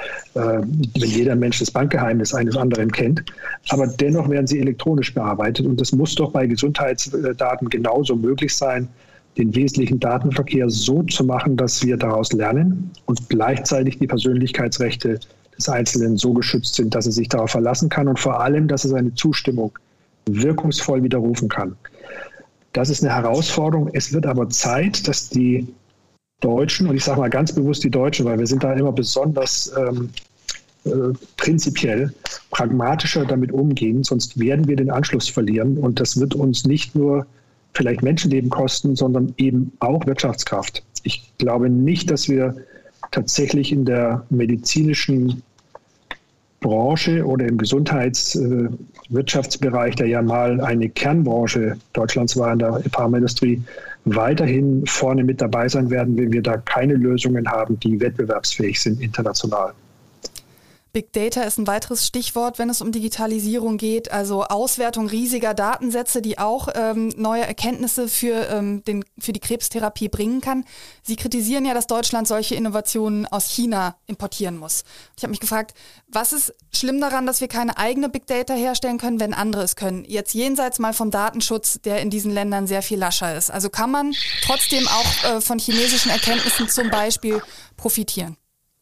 jeder Mensch das Bankgeheimnis eines anderen kennt. Aber dennoch werden sie elektronisch bearbeitet. Und das muss doch bei Gesundheitsdaten genauso möglich sein, den wesentlichen Datenverkehr so zu machen, dass wir daraus lernen und gleichzeitig die Persönlichkeitsrechte des Einzelnen so geschützt sind, dass er sich darauf verlassen kann und vor allem, dass er seine Zustimmung wirkungsvoll widerrufen kann. Das ist eine Herausforderung. Es wird aber Zeit, dass die Deutschen, und ich sage mal ganz bewusst die Deutschen, weil wir sind da immer besonders prinzipiell pragmatischer damit umgehen, sonst werden wir den Anschluss verlieren und das wird uns nicht nur vielleicht Menschenleben kosten, sondern eben auch Wirtschaftskraft. Ich glaube nicht, dass wir tatsächlich in der medizinischen Branche oder im Gesundheitswirtschaftsbereich, der ja mal eine Kernbranche Deutschlands war in der Pharmaindustrie, weiterhin vorne mit dabei sein werden, wenn wir da keine Lösungen haben, die wettbewerbsfähig sind international. Big Data ist ein weiteres Stichwort, wenn es um Digitalisierung geht, also Auswertung riesiger Datensätze, die auch neue Erkenntnisse für die Krebstherapie bringen kann. Sie kritisieren ja, dass Deutschland solche Innovationen aus China importieren muss. Ich habe mich gefragt, was ist schlimm daran, dass wir keine eigene Big Data herstellen können, wenn andere es können? Jetzt jenseits mal vom Datenschutz, der in diesen Ländern sehr viel lascher ist. Also kann man trotzdem auch von chinesischen Erkenntnissen zum Beispiel profitieren?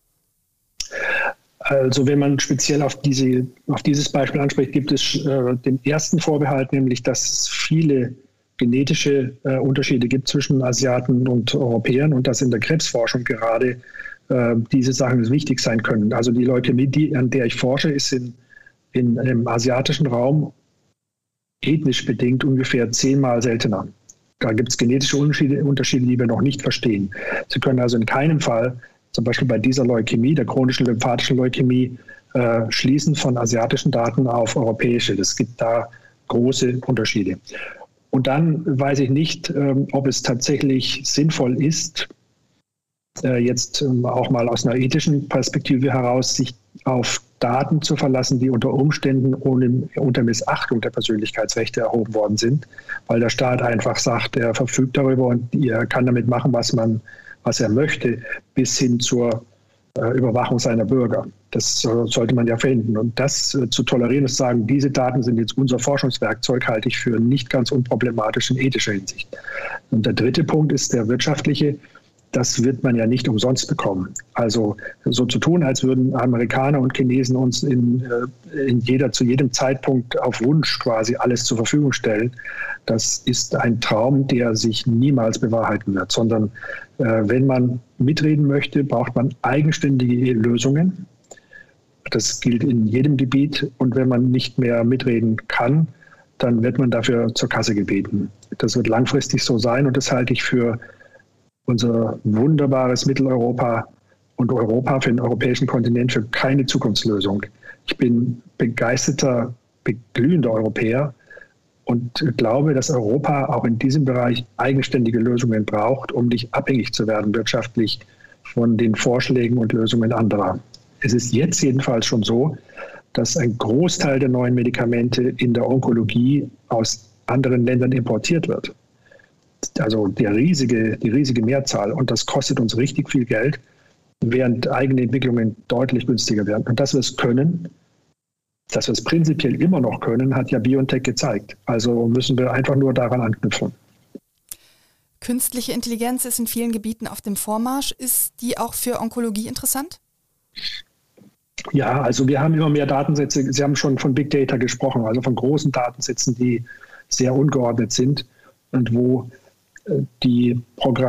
Also wenn man speziell auf dieses Beispiel anspricht, gibt es den ersten Vorbehalt, nämlich dass es viele genetische Unterschiede gibt zwischen Asiaten und Europäern und dass in der Krebsforschung gerade diese Sachen wichtig sein können. Also die Leukämie, an der ich forsche, ist im asiatischen Raum ethnisch bedingt ungefähr 10-mal seltener. Da gibt es genetische Unterschiede, die wir noch nicht verstehen. Sie können also in keinem Fall zum Beispiel bei dieser Leukämie, der chronischen lymphatischen Leukämie, schließen von asiatischen Daten auf europäische. Es gibt da große Unterschiede. Und dann weiß ich nicht, ob es tatsächlich sinnvoll ist, jetzt auch mal aus einer ethischen Perspektive heraus, sich auf Daten zu verlassen, die unter Umständen unter Missachtung der Persönlichkeitsrechte erhoben worden sind, weil der Staat einfach sagt, er verfügt darüber und er kann damit machen, was er möchte, bis hin zur Überwachung seiner Bürger. Das sollte man ja verhindern. Und das zu tolerieren und zu sagen, diese Daten sind jetzt unser Forschungswerkzeug, halte ich für nicht ganz unproblematisch in ethischer Hinsicht. Und der dritte Punkt ist der wirtschaftliche. Das wird man ja nicht umsonst bekommen. Also so zu tun, als würden Amerikaner und Chinesen uns zu jedem Zeitpunkt auf Wunsch quasi alles zur Verfügung stellen, das ist ein Traum, der sich niemals bewahrheiten wird, sondern wenn man mitreden möchte, braucht man eigenständige Lösungen. Das gilt in jedem Gebiet und wenn man nicht mehr mitreden kann, dann wird man dafür zur Kasse gebeten. Das wird langfristig so sein und das halte ich für unser wunderbares Mitteleuropa und Europa für den europäischen Kontinent für keine Zukunftslösung. Ich bin begeisterter, glühender Europäer und glaube, dass Europa auch in diesem Bereich eigenständige Lösungen braucht, um nicht abhängig zu werden wirtschaftlich von den Vorschlägen und Lösungen anderer. Es ist jetzt jedenfalls schon so, dass ein Großteil der neuen Medikamente in der Onkologie aus anderen Ländern importiert wird. Also die riesige Mehrzahl. Und das kostet uns richtig viel Geld, während eigene Entwicklungen deutlich günstiger werden. Und dass wir es können, dass wir es prinzipiell immer noch können, hat ja BioNTech gezeigt. Also müssen wir einfach nur daran anknüpfen. Künstliche Intelligenz ist in vielen Gebieten auf dem Vormarsch. Ist die auch für Onkologie interessant? Ja, also wir haben immer mehr Datensätze. Sie haben schon von Big Data gesprochen, also von großen Datensätzen, die sehr ungeordnet sind und wo die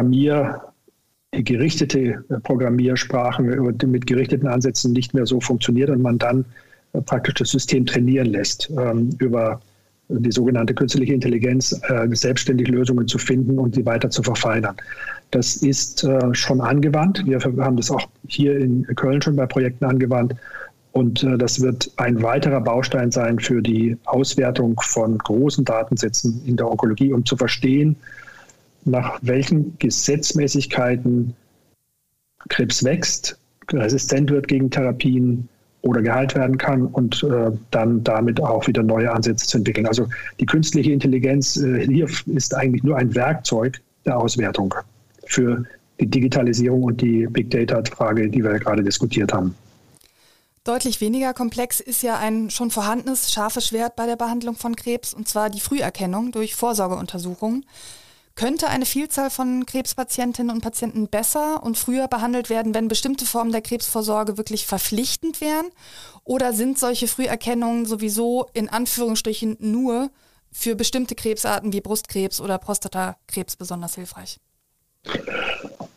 gerichtete Programmiersprachen mit gerichteten Ansätzen nicht mehr so funktioniert und man dann praktisch das System trainieren lässt, über die sogenannte künstliche Intelligenz selbstständig Lösungen zu finden und sie weiter zu verfeinern. Das ist schon angewandt. Wir haben das auch hier in Köln schon bei Projekten angewandt. Und das wird ein weiterer Baustein sein für die Auswertung von großen Datensätzen in der Onkologie, um zu verstehen, nach welchen Gesetzmäßigkeiten Krebs wächst, resistent wird gegen Therapien oder geheilt werden kann und dann damit auch wieder neue Ansätze zu entwickeln. Also die künstliche Intelligenz hier ist eigentlich nur ein Werkzeug der Auswertung für die Digitalisierung und die Big Data-Frage, die wir ja gerade diskutiert haben. Deutlich weniger komplex ist ja ein schon vorhandenes scharfes Schwert bei der Behandlung von Krebs, und zwar die Früherkennung durch Vorsorgeuntersuchungen. Könnte eine Vielzahl von Krebspatientinnen und Patienten besser und früher behandelt werden, wenn bestimmte Formen der Krebsvorsorge wirklich verpflichtend wären? Oder sind solche Früherkennungen sowieso in Anführungsstrichen nur für bestimmte Krebsarten wie Brustkrebs oder Prostatakrebs besonders hilfreich?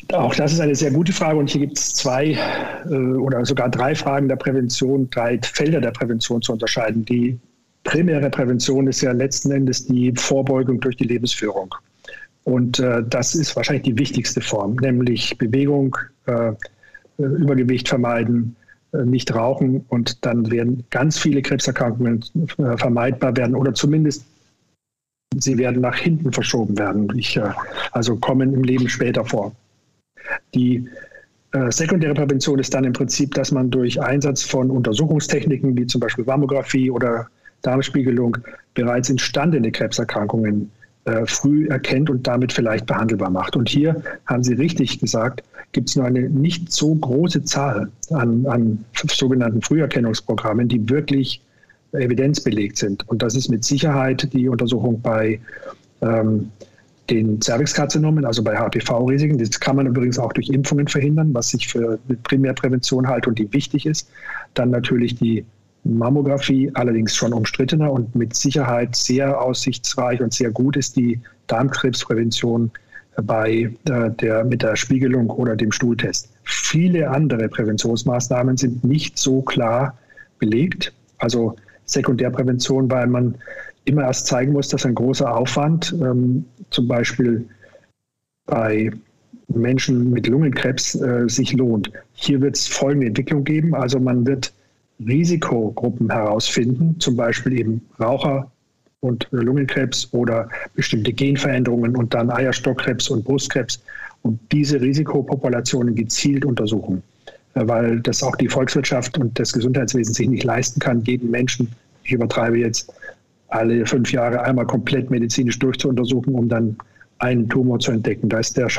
Auch das ist eine sehr gute Frage und hier gibt es 2 oder sogar 3 Fragen der Prävention, 3 Felder der Prävention zu unterscheiden. Die primäre Prävention ist ja letzten Endes die Vorbeugung durch die Lebensführung. Und das ist wahrscheinlich die wichtigste Form, nämlich Bewegung, Übergewicht vermeiden, nicht rauchen und dann werden ganz viele Krebserkrankungen vermeidbar werden oder zumindest sie werden nach hinten verschoben werden, also kommen im Leben später vor. Die sekundäre Prävention ist dann im Prinzip, dass man durch Einsatz von Untersuchungstechniken wie zum Beispiel Mammographie oder Darmspiegelung bereits entstandene Krebserkrankungen früh erkennt und damit vielleicht behandelbar macht. Und hier haben Sie richtig gesagt, gibt es nur eine nicht so große Zahl an sogenannten Früherkennungsprogrammen, die wirklich evidenzbelegt sind. Und das ist mit Sicherheit die Untersuchung bei den Cervixkarzinomen, also bei HPV-Risiken. Das kann man übrigens auch durch Impfungen verhindern, was ich für eine Primärprävention halte und die wichtig ist. Dann natürlich die Mammographie, allerdings schon umstrittener und mit Sicherheit sehr aussichtsreich und sehr gut ist die Darmkrebsprävention mit der Spiegelung oder dem Stuhltest. Viele andere Präventionsmaßnahmen sind nicht so klar belegt, also Sekundärprävention, weil man immer erst zeigen muss, dass ein großer Aufwand, zum Beispiel bei Menschen mit Lungenkrebs, sich lohnt. Hier wird es folgende Entwicklung geben, also man wird Risikogruppen herausfinden, zum Beispiel eben Raucher und Lungenkrebs oder bestimmte Genveränderungen und dann Eierstockkrebs und Brustkrebs und diese Risikopopulationen gezielt untersuchen, weil das auch die Volkswirtschaft und das Gesundheitswesen sich nicht leisten kann, jeden Menschen, ich übertreibe jetzt, alle 5 Jahre einmal komplett medizinisch durchzuuntersuchen, um dann einen Tumor zu entdecken. Da ist das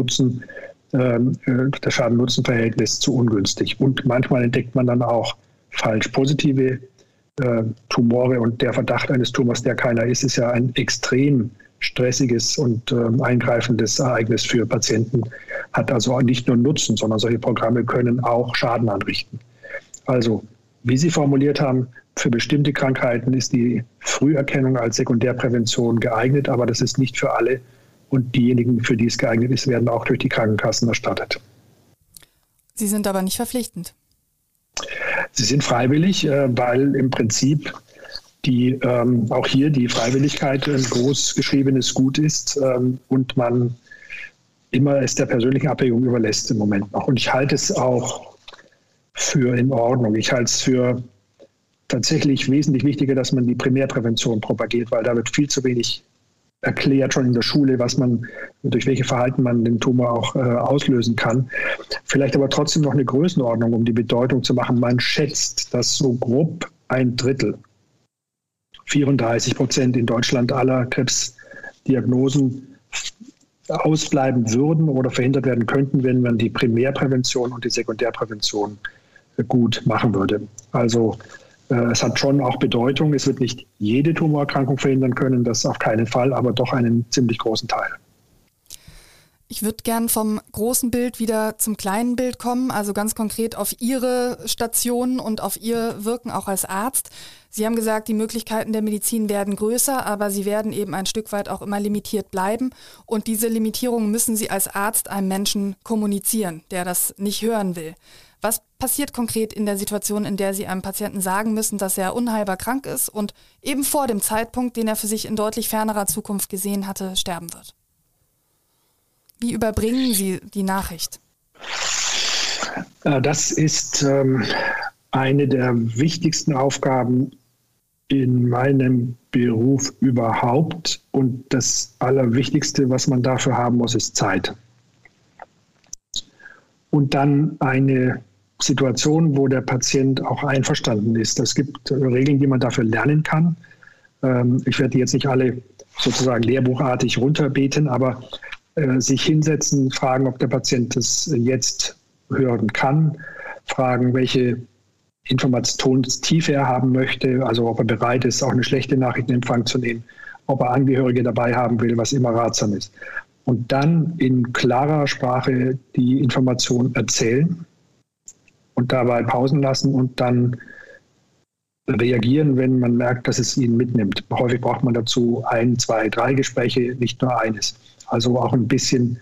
Schaden-Nutzen-Verhältnis zu ungünstig. Und manchmal entdeckt man dann auch falsch positive Tumore und der Verdacht eines Tumors, der keiner ist ja ein extrem stressiges und eingreifendes Ereignis für Patienten, hat also nicht nur Nutzen, sondern solche Programme können auch Schaden anrichten. Also, wie Sie formuliert haben, für bestimmte Krankheiten ist die Früherkennung als Sekundärprävention geeignet, aber das ist nicht für alle und diejenigen, für die es geeignet ist, werden auch durch die Krankenkassen erstattet. Sie sind aber nicht verpflichtend. Sie sind freiwillig, weil im Prinzip auch hier die Freiwilligkeit ein groß geschriebenes Gut ist und man immer es der persönlichen Abwägung überlässt im Moment noch. Und ich halte es auch für in Ordnung. Ich halte es für tatsächlich wesentlich wichtiger, dass man die Primärprävention propagiert, weil da wird viel zu wenig erklärt schon in der Schule, durch welche Verhalten man den Tumor auch auslösen kann. Vielleicht aber trotzdem noch eine Größenordnung, um die Bedeutung zu machen. Man schätzt, dass so grob 1/3, 34% in Deutschland aller Krebsdiagnosen ausbleiben würden oder verhindert werden könnten, wenn man die Primärprävention und die Sekundärprävention gut machen würde. Also es hat schon auch Bedeutung. Es wird nicht jede Tumorerkrankung verhindern können, das auf keinen Fall, aber doch einen ziemlich großen Teil. Ich würde gern vom großen Bild wieder zum kleinen Bild kommen, also ganz konkret auf Ihre Station und auf Ihr Wirken auch als Arzt. Sie haben gesagt, die Möglichkeiten der Medizin werden größer, aber sie werden eben ein Stück weit auch immer limitiert bleiben. Und diese Limitierungen müssen Sie als Arzt einem Menschen kommunizieren, der das nicht hören will. Was passiert konkret in der Situation, in der Sie einem Patienten sagen müssen, dass er unheilbar krank ist und eben vor dem Zeitpunkt, den er für sich in deutlich fernerer Zukunft gesehen hatte, sterben wird? Wie überbringen Sie die Nachricht? Das ist eine der wichtigsten Aufgaben in meinem Beruf überhaupt. Und das Allerwichtigste, was man dafür haben muss, ist Zeit. Und dann eine Situation, wo der Patient auch einverstanden ist. Es gibt Regeln, die man dafür lernen kann. Ich werde die jetzt nicht alle sozusagen lehrbuchartig runterbeten, aber sich hinsetzen, fragen, ob der Patient das jetzt hören kann, fragen, welche Informationstiefe er haben möchte, also ob er bereit ist, auch eine schlechte Nachricht in Empfang zu nehmen, ob er Angehörige dabei haben will, was immer ratsam ist. Und dann in klarer Sprache die Information erzählen und dabei Pausen lassen und dann reagieren, wenn man merkt, dass es ihn mitnimmt. Häufig braucht man dazu 1, 2, 3 Gespräche, nicht nur eines. Also auch ein bisschen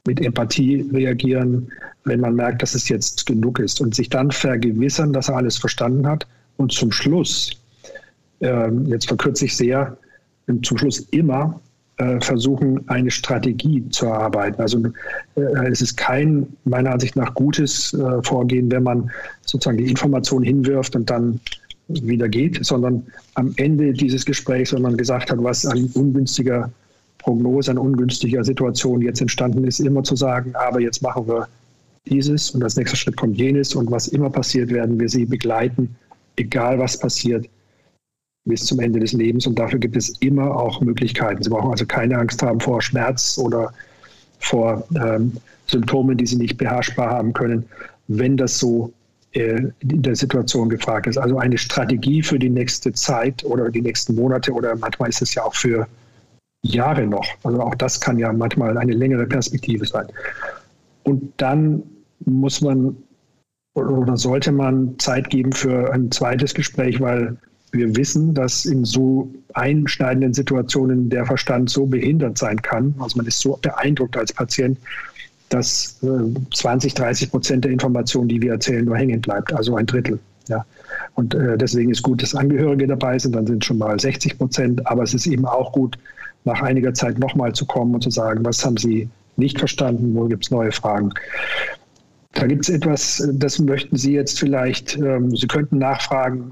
mit Empathie reagieren, wenn man merkt, dass es jetzt genug ist und sich dann vergewissern, dass er alles verstanden hat und zum Schluss, jetzt verkürze ich sehr, zum Schluss immer versuchen, eine Strategie zu erarbeiten. Also es ist kein, meiner Ansicht nach, gutes Vorgehen, wenn man sozusagen die Information hinwirft und dann wieder geht, sondern am Ende dieses Gesprächs, wenn man gesagt hat, was an ungünstiger Prognose, an ungünstiger Situation jetzt entstanden ist, immer zu sagen, aber jetzt machen wir dieses und als nächster Schritt kommt jenes und was immer passiert, werden wir sie begleiten, egal was passiert, bis zum Ende des Lebens und dafür gibt es immer auch Möglichkeiten. Sie brauchen also keine Angst haben vor Schmerz oder vor Symptomen, die Sie nicht beherrschbar haben können, wenn das so in der Situation gefragt ist. Also eine Strategie für die nächste Zeit oder die nächsten Monate oder manchmal ist es ja auch für Jahre noch. Also auch das kann ja manchmal eine längere Perspektive sein. Und dann muss man oder sollte man Zeit geben für ein zweites Gespräch, weil wir wissen, dass in so einschneidenden Situationen der Verstand so behindert sein kann, also man ist so beeindruckt als Patient, dass 20-30% der Informationen, die wir erzählen, nur hängen bleibt, also ein Drittel. Ja. Und deswegen ist gut, dass Angehörige dabei sind, dann sind schon mal 60%, aber es ist eben auch gut, nach einiger Zeit nochmal zu kommen und zu sagen, was haben Sie nicht verstanden, wo gibt es neue Fragen. Da gibt es etwas, das möchten Sie jetzt vielleicht, Sie könnten nachfragen,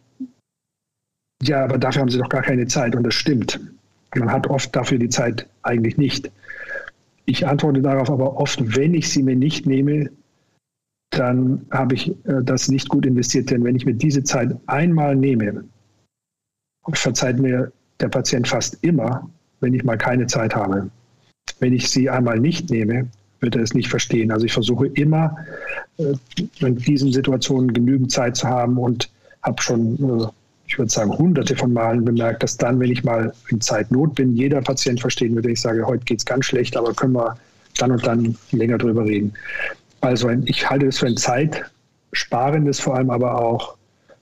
ja, aber dafür haben Sie doch gar keine Zeit und das stimmt. Man hat oft dafür die Zeit eigentlich nicht. Ich antworte darauf aber oft, wenn ich sie mir nicht nehme, dann habe ich das nicht gut investiert, denn wenn ich mir diese Zeit einmal nehme, verzeiht mir der Patient fast immer, wenn ich mal keine Zeit habe. Wenn ich sie einmal nicht nehme, wird er es nicht verstehen. Also ich versuche immer, in diesen Situationen genügend Zeit zu haben und habe schon, ich würde sagen, hunderte von Malen bemerkt, dass dann, wenn ich mal in Zeitnot bin, jeder Patient verstehen würde, ich sage, heute geht es ganz schlecht, aber können wir dann und dann länger drüber reden. Also ich halte es für ein zeitsparendes, vor allem aber auch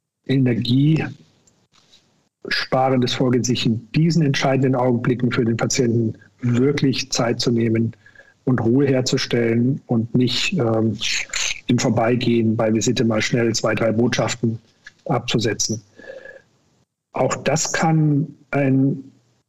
energiesparendes Vorgehen, sich in diesen entscheidenden Augenblicken für den Patienten wirklich Zeit zu nehmen und Ruhe herzustellen und nicht im Vorbeigehen bei Visite mal schnell 2, 3 Botschaften abzusetzen. Auch das kann ein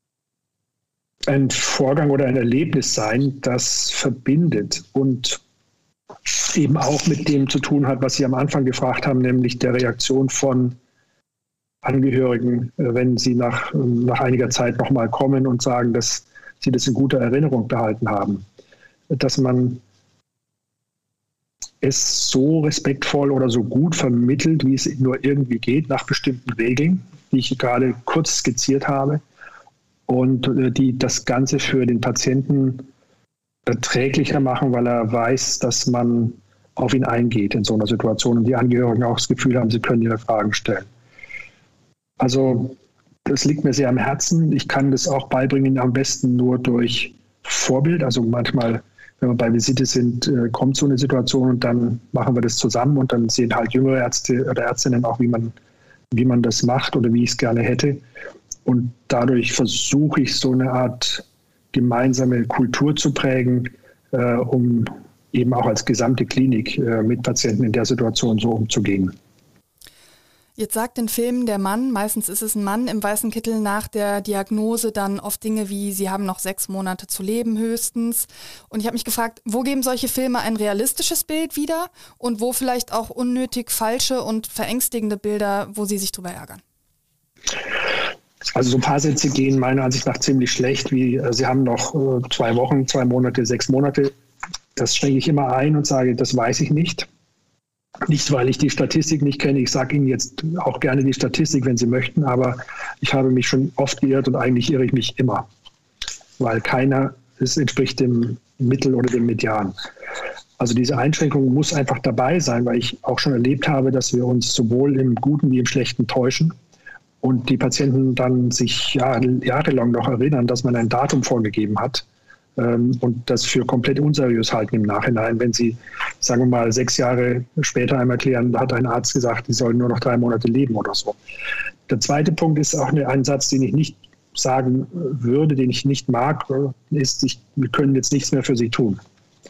Vorgang oder ein Erlebnis sein, das verbindet und eben auch mit dem zu tun hat, was Sie am Anfang gefragt haben, nämlich der Reaktion von Angehörigen, wenn sie nach einiger Zeit nochmal kommen und sagen, dass sie das in guter Erinnerung behalten haben. Dass man es so respektvoll oder so gut vermittelt, wie es nur irgendwie geht, nach bestimmten Regeln, die ich gerade kurz skizziert habe und die das Ganze für den Patienten erträglicher machen, weil er weiß, dass man auf ihn eingeht in so einer Situation und die Angehörigen auch das Gefühl haben, sie können ihre Fragen stellen. Also das liegt mir sehr am Herzen. Ich kann das auch beibringen, am besten nur durch Vorbild. Also manchmal, wenn wir bei Visite sind, kommt so eine Situation und dann machen wir das zusammen und dann sehen halt jüngere Ärzte oder Ärztinnen auch, wie man das macht oder wie ich es gerne hätte. Und dadurch versuche ich so eine Art gemeinsame Kultur zu prägen, um eben auch als gesamte Klinik mit Patienten in der Situation so umzugehen. Jetzt sagt in Filmen der Mann, meistens ist es ein Mann im weißen Kittel, nach der Diagnose dann oft Dinge wie, sie haben noch 6 Monate zu leben höchstens. Und ich habe mich gefragt, wo geben solche Filme ein realistisches Bild wieder und wo vielleicht auch unnötig falsche und verängstigende Bilder, wo sie sich drüber ärgern? Also so ein paar Sätze gehen meiner Ansicht nach ziemlich schlecht, wie sie haben noch 2 Wochen, 2 Monate, 6 Monate. Das schränke ich immer ein und sage, das weiß ich nicht. Nicht, weil ich die Statistik nicht kenne. Ich sage Ihnen jetzt auch gerne die Statistik, wenn Sie möchten, aber ich habe mich schon oft geirrt und eigentlich irre ich mich immer, weil es entspricht dem Mittel oder dem Median. Also diese Einschränkung muss einfach dabei sein, weil ich auch schon erlebt habe, dass wir uns sowohl im Guten wie im Schlechten täuschen und die Patienten dann sich jahrelang noch erinnern, dass man ein Datum vorgegeben hat und das für komplett unseriös halten im Nachhinein. Wenn Sie, sagen wir mal, 6 Jahre später einmal erklären, da hat ein Arzt gesagt, die sollen nur noch 3 Monate leben oder so. Der zweite Punkt ist auch ein Satz, den ich nicht sagen würde, den ich nicht mag, ist, wir können jetzt nichts mehr für Sie tun.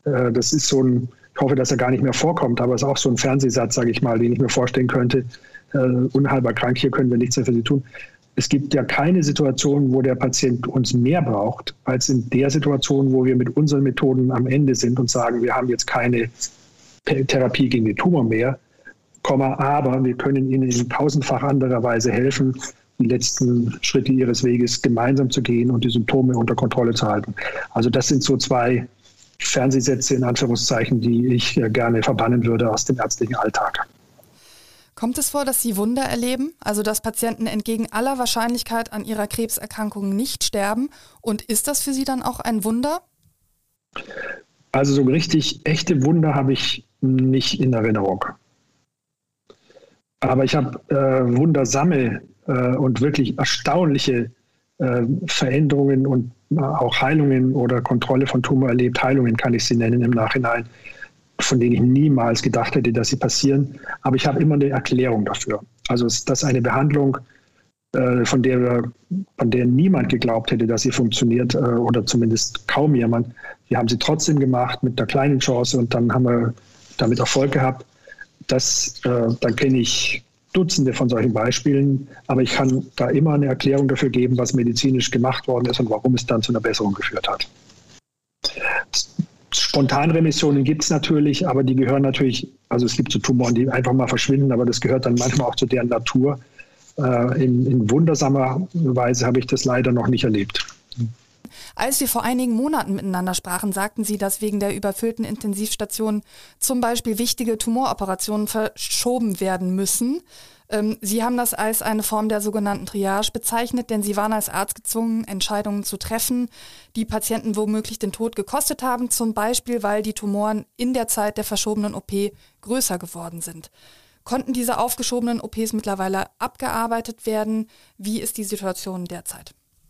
Das ist so ein, ich hoffe, dass er gar nicht mehr vorkommt, aber es ist auch so ein Fernsehsatz, sage ich mal, den ich mir vorstellen könnte. Unheilbar krank, hier können wir nichts mehr für Sie tun. Es gibt ja keine Situation, wo der Patient uns mehr braucht, als in der Situation, wo wir mit unseren Methoden am Ende sind und sagen, wir haben jetzt keine Therapie gegen den Tumor mehr, aber wir können Ihnen in tausendfach anderer Weise helfen, die letzten Schritte Ihres Weges gemeinsam zu gehen und die Symptome unter Kontrolle zu halten. Also das sind so 2 Fernsehsätze in Anführungszeichen, die ich gerne verbannen würde aus dem ärztlichen Alltag. Kommt es vor, dass Sie Wunder erleben, also dass Patienten entgegen aller Wahrscheinlichkeit an ihrer Krebserkrankung nicht sterben? Und ist das für Sie dann auch ein Wunder? Also so richtig echte Wunder habe ich nicht in Erinnerung. Aber ich habe wundersame und wirklich erstaunliche Veränderungen und auch Heilungen oder Kontrolle von Tumor erlebt. Heilungen kann ich sie nennen im Nachhinein, von denen ich niemals gedacht hätte, dass sie passieren. Aber ich habe immer eine Erklärung dafür. Also ist das eine Behandlung, von der niemand geglaubt hätte, dass sie funktioniert oder zumindest kaum jemand. Wir haben sie trotzdem gemacht mit einer kleinen Chance und dann haben wir damit Erfolg gehabt. Da kenne ich Dutzende von solchen Beispielen, aber ich kann da immer eine Erklärung dafür geben, was medizinisch gemacht worden ist und warum es dann zu einer Besserung geführt hat. Spontanremissionen gibt es natürlich, aber die gehören natürlich, also es gibt so Tumoren, die einfach mal verschwinden, aber das gehört dann manchmal auch zu deren Natur. In wundersamer Weise habe ich das leider noch nicht erlebt. Als wir vor einigen Monaten miteinander sprachen, sagten Sie, dass wegen der überfüllten Intensivstationen zum Beispiel wichtige Tumoroperationen verschoben werden müssen. Sie haben das als eine Form der sogenannten Triage bezeichnet, denn Sie waren als Arzt gezwungen, Entscheidungen zu treffen, die Patienten womöglich den Tod gekostet haben, zum Beispiel, weil die Tumoren in der Zeit der verschobenen OP größer geworden sind. Konnten diese aufgeschobenen OPs mittlerweile abgearbeitet werden? Wie ist die Situation derzeit?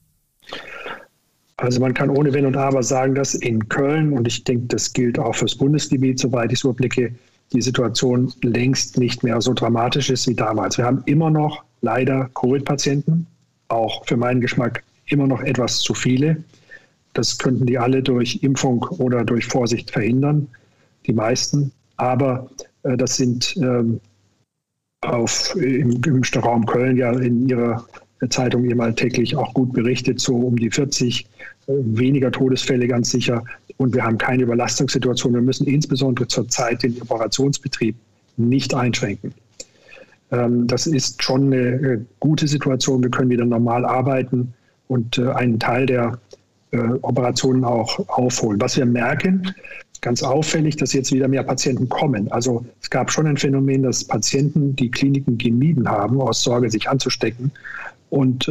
Also man kann ohne Wenn und Aber sagen, dass in Köln, und ich denke, das gilt auch fürs Bundesgebiet, soweit ich es überblicke, die Situation längst nicht mehr so dramatisch ist wie damals. Wir haben immer noch leider Covid-Patienten, auch für meinen Geschmack immer noch etwas zu viele. Das könnten die alle durch Impfung oder durch Vorsicht verhindern, die meisten. Aber das sind im Raum Köln ja in ihrer Zeitung immer täglich auch gut berichtet, so um die 40, weniger Todesfälle ganz sicher. Und wir haben keine Überlastungssituation. Wir müssen insbesondere zurzeit den Operationsbetrieb nicht einschränken. Das ist schon eine gute Situation. Wir können wieder normal arbeiten und einen Teil der Operationen auch aufholen. Was wir merken, ganz auffällig, dass jetzt wieder mehr Patienten kommen. Also es gab schon ein Phänomen, dass Patienten die Kliniken gemieden haben, aus Sorge, sich anzustecken. Und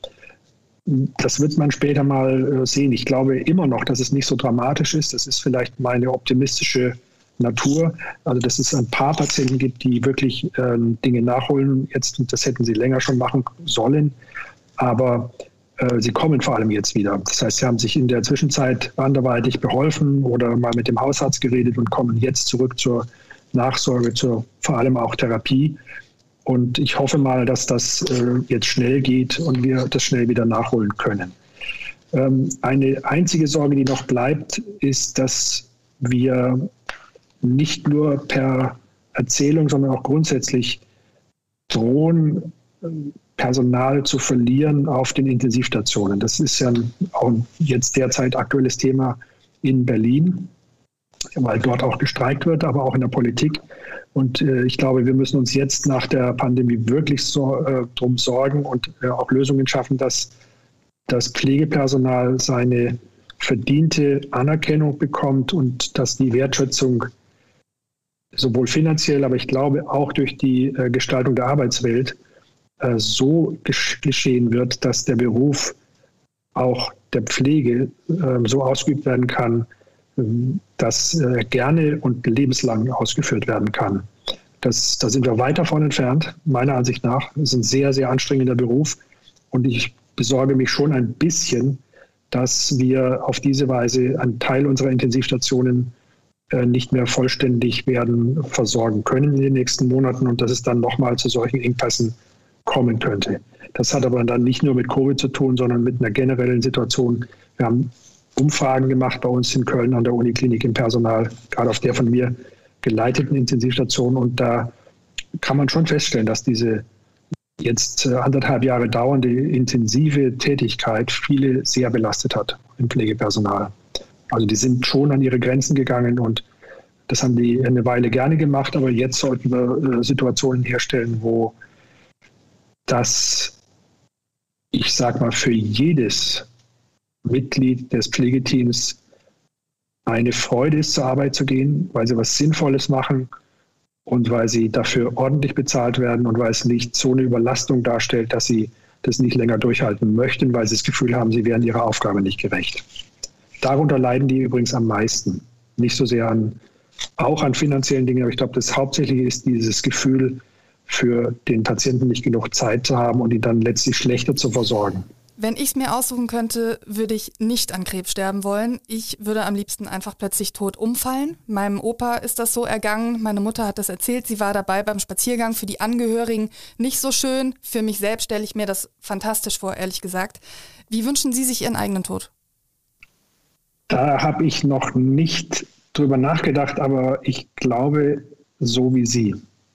das wird man später mal sehen. Ich glaube immer noch, dass es nicht so dramatisch ist. Das ist vielleicht meine optimistische Natur. Also dass es ein paar Patienten gibt, die wirklich Dinge nachholen jetzt, und das hätten sie länger schon machen sollen. Aber sie kommen vor allem jetzt wieder. Das heißt, sie haben sich in der Zwischenzeit anderweitig beholfen oder mal mit dem Hausarzt geredet und kommen jetzt zurück zur Nachsorge, zur vor allem auch Therapie. Und ich hoffe mal, dass das jetzt schnell geht und wir das schnell wieder nachholen können. Eine einzige Sorge, die noch bleibt, ist, dass wir nicht nur per Erzählung, sondern auch grundsätzlich drohen, Personal zu verlieren auf den Intensivstationen. Das ist ja auch jetzt derzeit aktuelles Thema in Berlin, weil dort auch gestreikt wird, aber auch in der Politik. Und ich glaube, wir müssen uns jetzt nach der Pandemie wirklich darum sorgen und auch Lösungen schaffen, dass das Pflegepersonal seine verdiente Anerkennung bekommt und dass die Wertschätzung sowohl finanziell, aber ich glaube auch durch die Gestaltung der Arbeitswelt so geschehen wird, dass der Beruf auch der Pflege so ausgeübt werden kann, dass gerne und lebenslang ausgeführt werden kann. Da sind wir weit davon entfernt, meiner Ansicht nach. Es ist ein sehr, sehr anstrengender Beruf und ich besorge mich schon ein bisschen, dass wir auf diese Weise einen Teil unserer Intensivstationen nicht mehr vollständig werden versorgen können in den nächsten Monaten und dass es dann nochmal zu solchen Engpässen kommen könnte. Das hat aber dann nicht nur mit Covid zu tun, sondern mit einer generellen Situation. Wir haben Umfragen gemacht bei uns in Köln an der Uniklinik im Personal, gerade auf der von mir geleiteten Intensivstation. Und da kann man schon feststellen, dass diese jetzt 1,5 Jahre dauernde intensive Tätigkeit viele sehr belastet hat im Pflegepersonal. Also die sind schon an ihre Grenzen gegangen und das haben die eine Weile gerne gemacht, aber jetzt sollten wir Situationen herstellen, wo das, ich sag mal, für jedes Mitglied des Pflegeteams eine Freude ist, zur Arbeit zu gehen, weil sie was Sinnvolles machen und weil sie dafür ordentlich bezahlt werden und weil es nicht so eine Überlastung darstellt, dass sie das nicht länger durchhalten möchten, weil sie das Gefühl haben, sie wären ihrer Aufgabe nicht gerecht. Darunter leiden die übrigens am meisten. Nicht so sehr auch an finanziellen Dingen, aber ich glaube, das Hauptsächliche ist dieses Gefühl, für den Patienten nicht genug Zeit zu haben und ihn dann letztlich schlechter zu versorgen. Wenn ich es mir aussuchen könnte, würde ich nicht an Krebs sterben wollen. Ich würde am liebsten einfach plötzlich tot umfallen. Meinem Opa ist das so ergangen. Meine Mutter hat das erzählt. Sie war dabei beim Spaziergang. Für die Angehörigen nicht so schön. Für mich selbst stelle ich mir das fantastisch vor, ehrlich gesagt. Wie wünschen Sie sich Ihren eigenen Tod? Da habe ich noch nicht drüber nachgedacht, aber ich glaube, so wie Sie.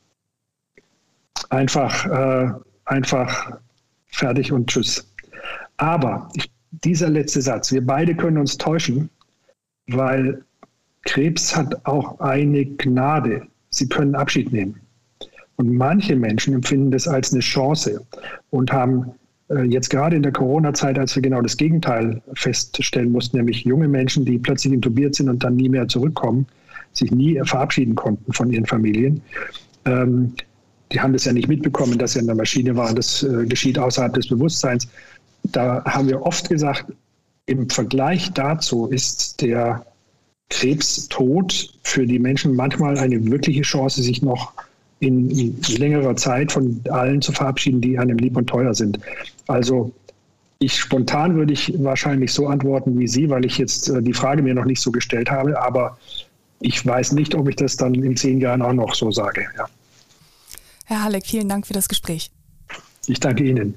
Einfach fertig und tschüss. Aber dieser letzte Satz, wir beide können uns täuschen, weil Krebs hat auch eine Gnade. Sie können Abschied nehmen. Und manche Menschen empfinden das als eine Chance und haben jetzt gerade in der Corona-Zeit, als wir genau das Gegenteil feststellen mussten, nämlich junge Menschen, die plötzlich intubiert sind und dann nie mehr zurückkommen, sich nie verabschieden konnten von ihren Familien. Die haben das ja nicht mitbekommen, dass sie in der Maschine waren. Das geschieht außerhalb des Bewusstseins. Da haben wir oft gesagt, im Vergleich dazu ist der Krebstod für die Menschen manchmal eine wirkliche Chance, sich noch in längerer Zeit von allen zu verabschieden, die einem lieb und teuer sind. Also spontan würde ich wahrscheinlich so antworten wie Sie, weil ich jetzt die Frage mir noch nicht so gestellt habe, aber ich weiß nicht, ob ich das dann in 10 Jahren auch noch so sage. Ja. Herr Halleck, vielen Dank für das Gespräch. Ich danke Ihnen.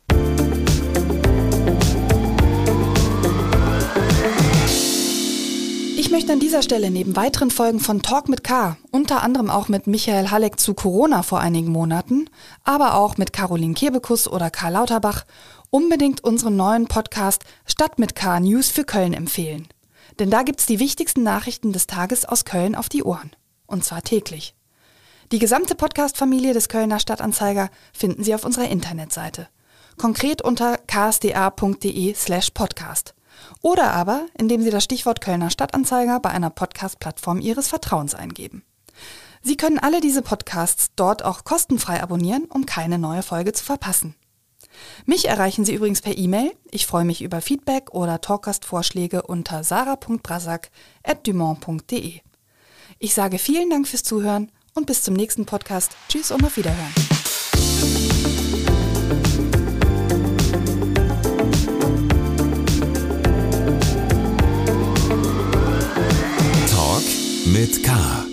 Ich möchte an dieser Stelle neben weiteren Folgen von Talk mit K, unter anderem auch mit Michael Halleck zu Corona vor einigen Monaten, aber auch mit Caroline Kebekus oder Karl Lauterbach, unbedingt unseren neuen Podcast Stadt mit K News für Köln empfehlen. Denn da gibt's die wichtigsten Nachrichten des Tages aus Köln auf die Ohren. Und zwar täglich. Die gesamte Podcast-Familie des Kölner Stadtanzeiger finden Sie auf unserer Internetseite. Konkret unter ksda.de/podcast. Oder aber, indem Sie das Stichwort Kölner Stadtanzeiger bei einer Podcast-Plattform Ihres Vertrauens eingeben. Sie können alle diese Podcasts dort auch kostenfrei abonnieren, um keine neue Folge zu verpassen. Mich erreichen Sie übrigens per E-Mail. Ich freue mich über Feedback oder Talkgast-Vorschläge unter sarah.brasak@dumont.de. Ich sage vielen Dank fürs Zuhören und bis zum nächsten Podcast. Tschüss und auf Wiederhören. Talk mit K.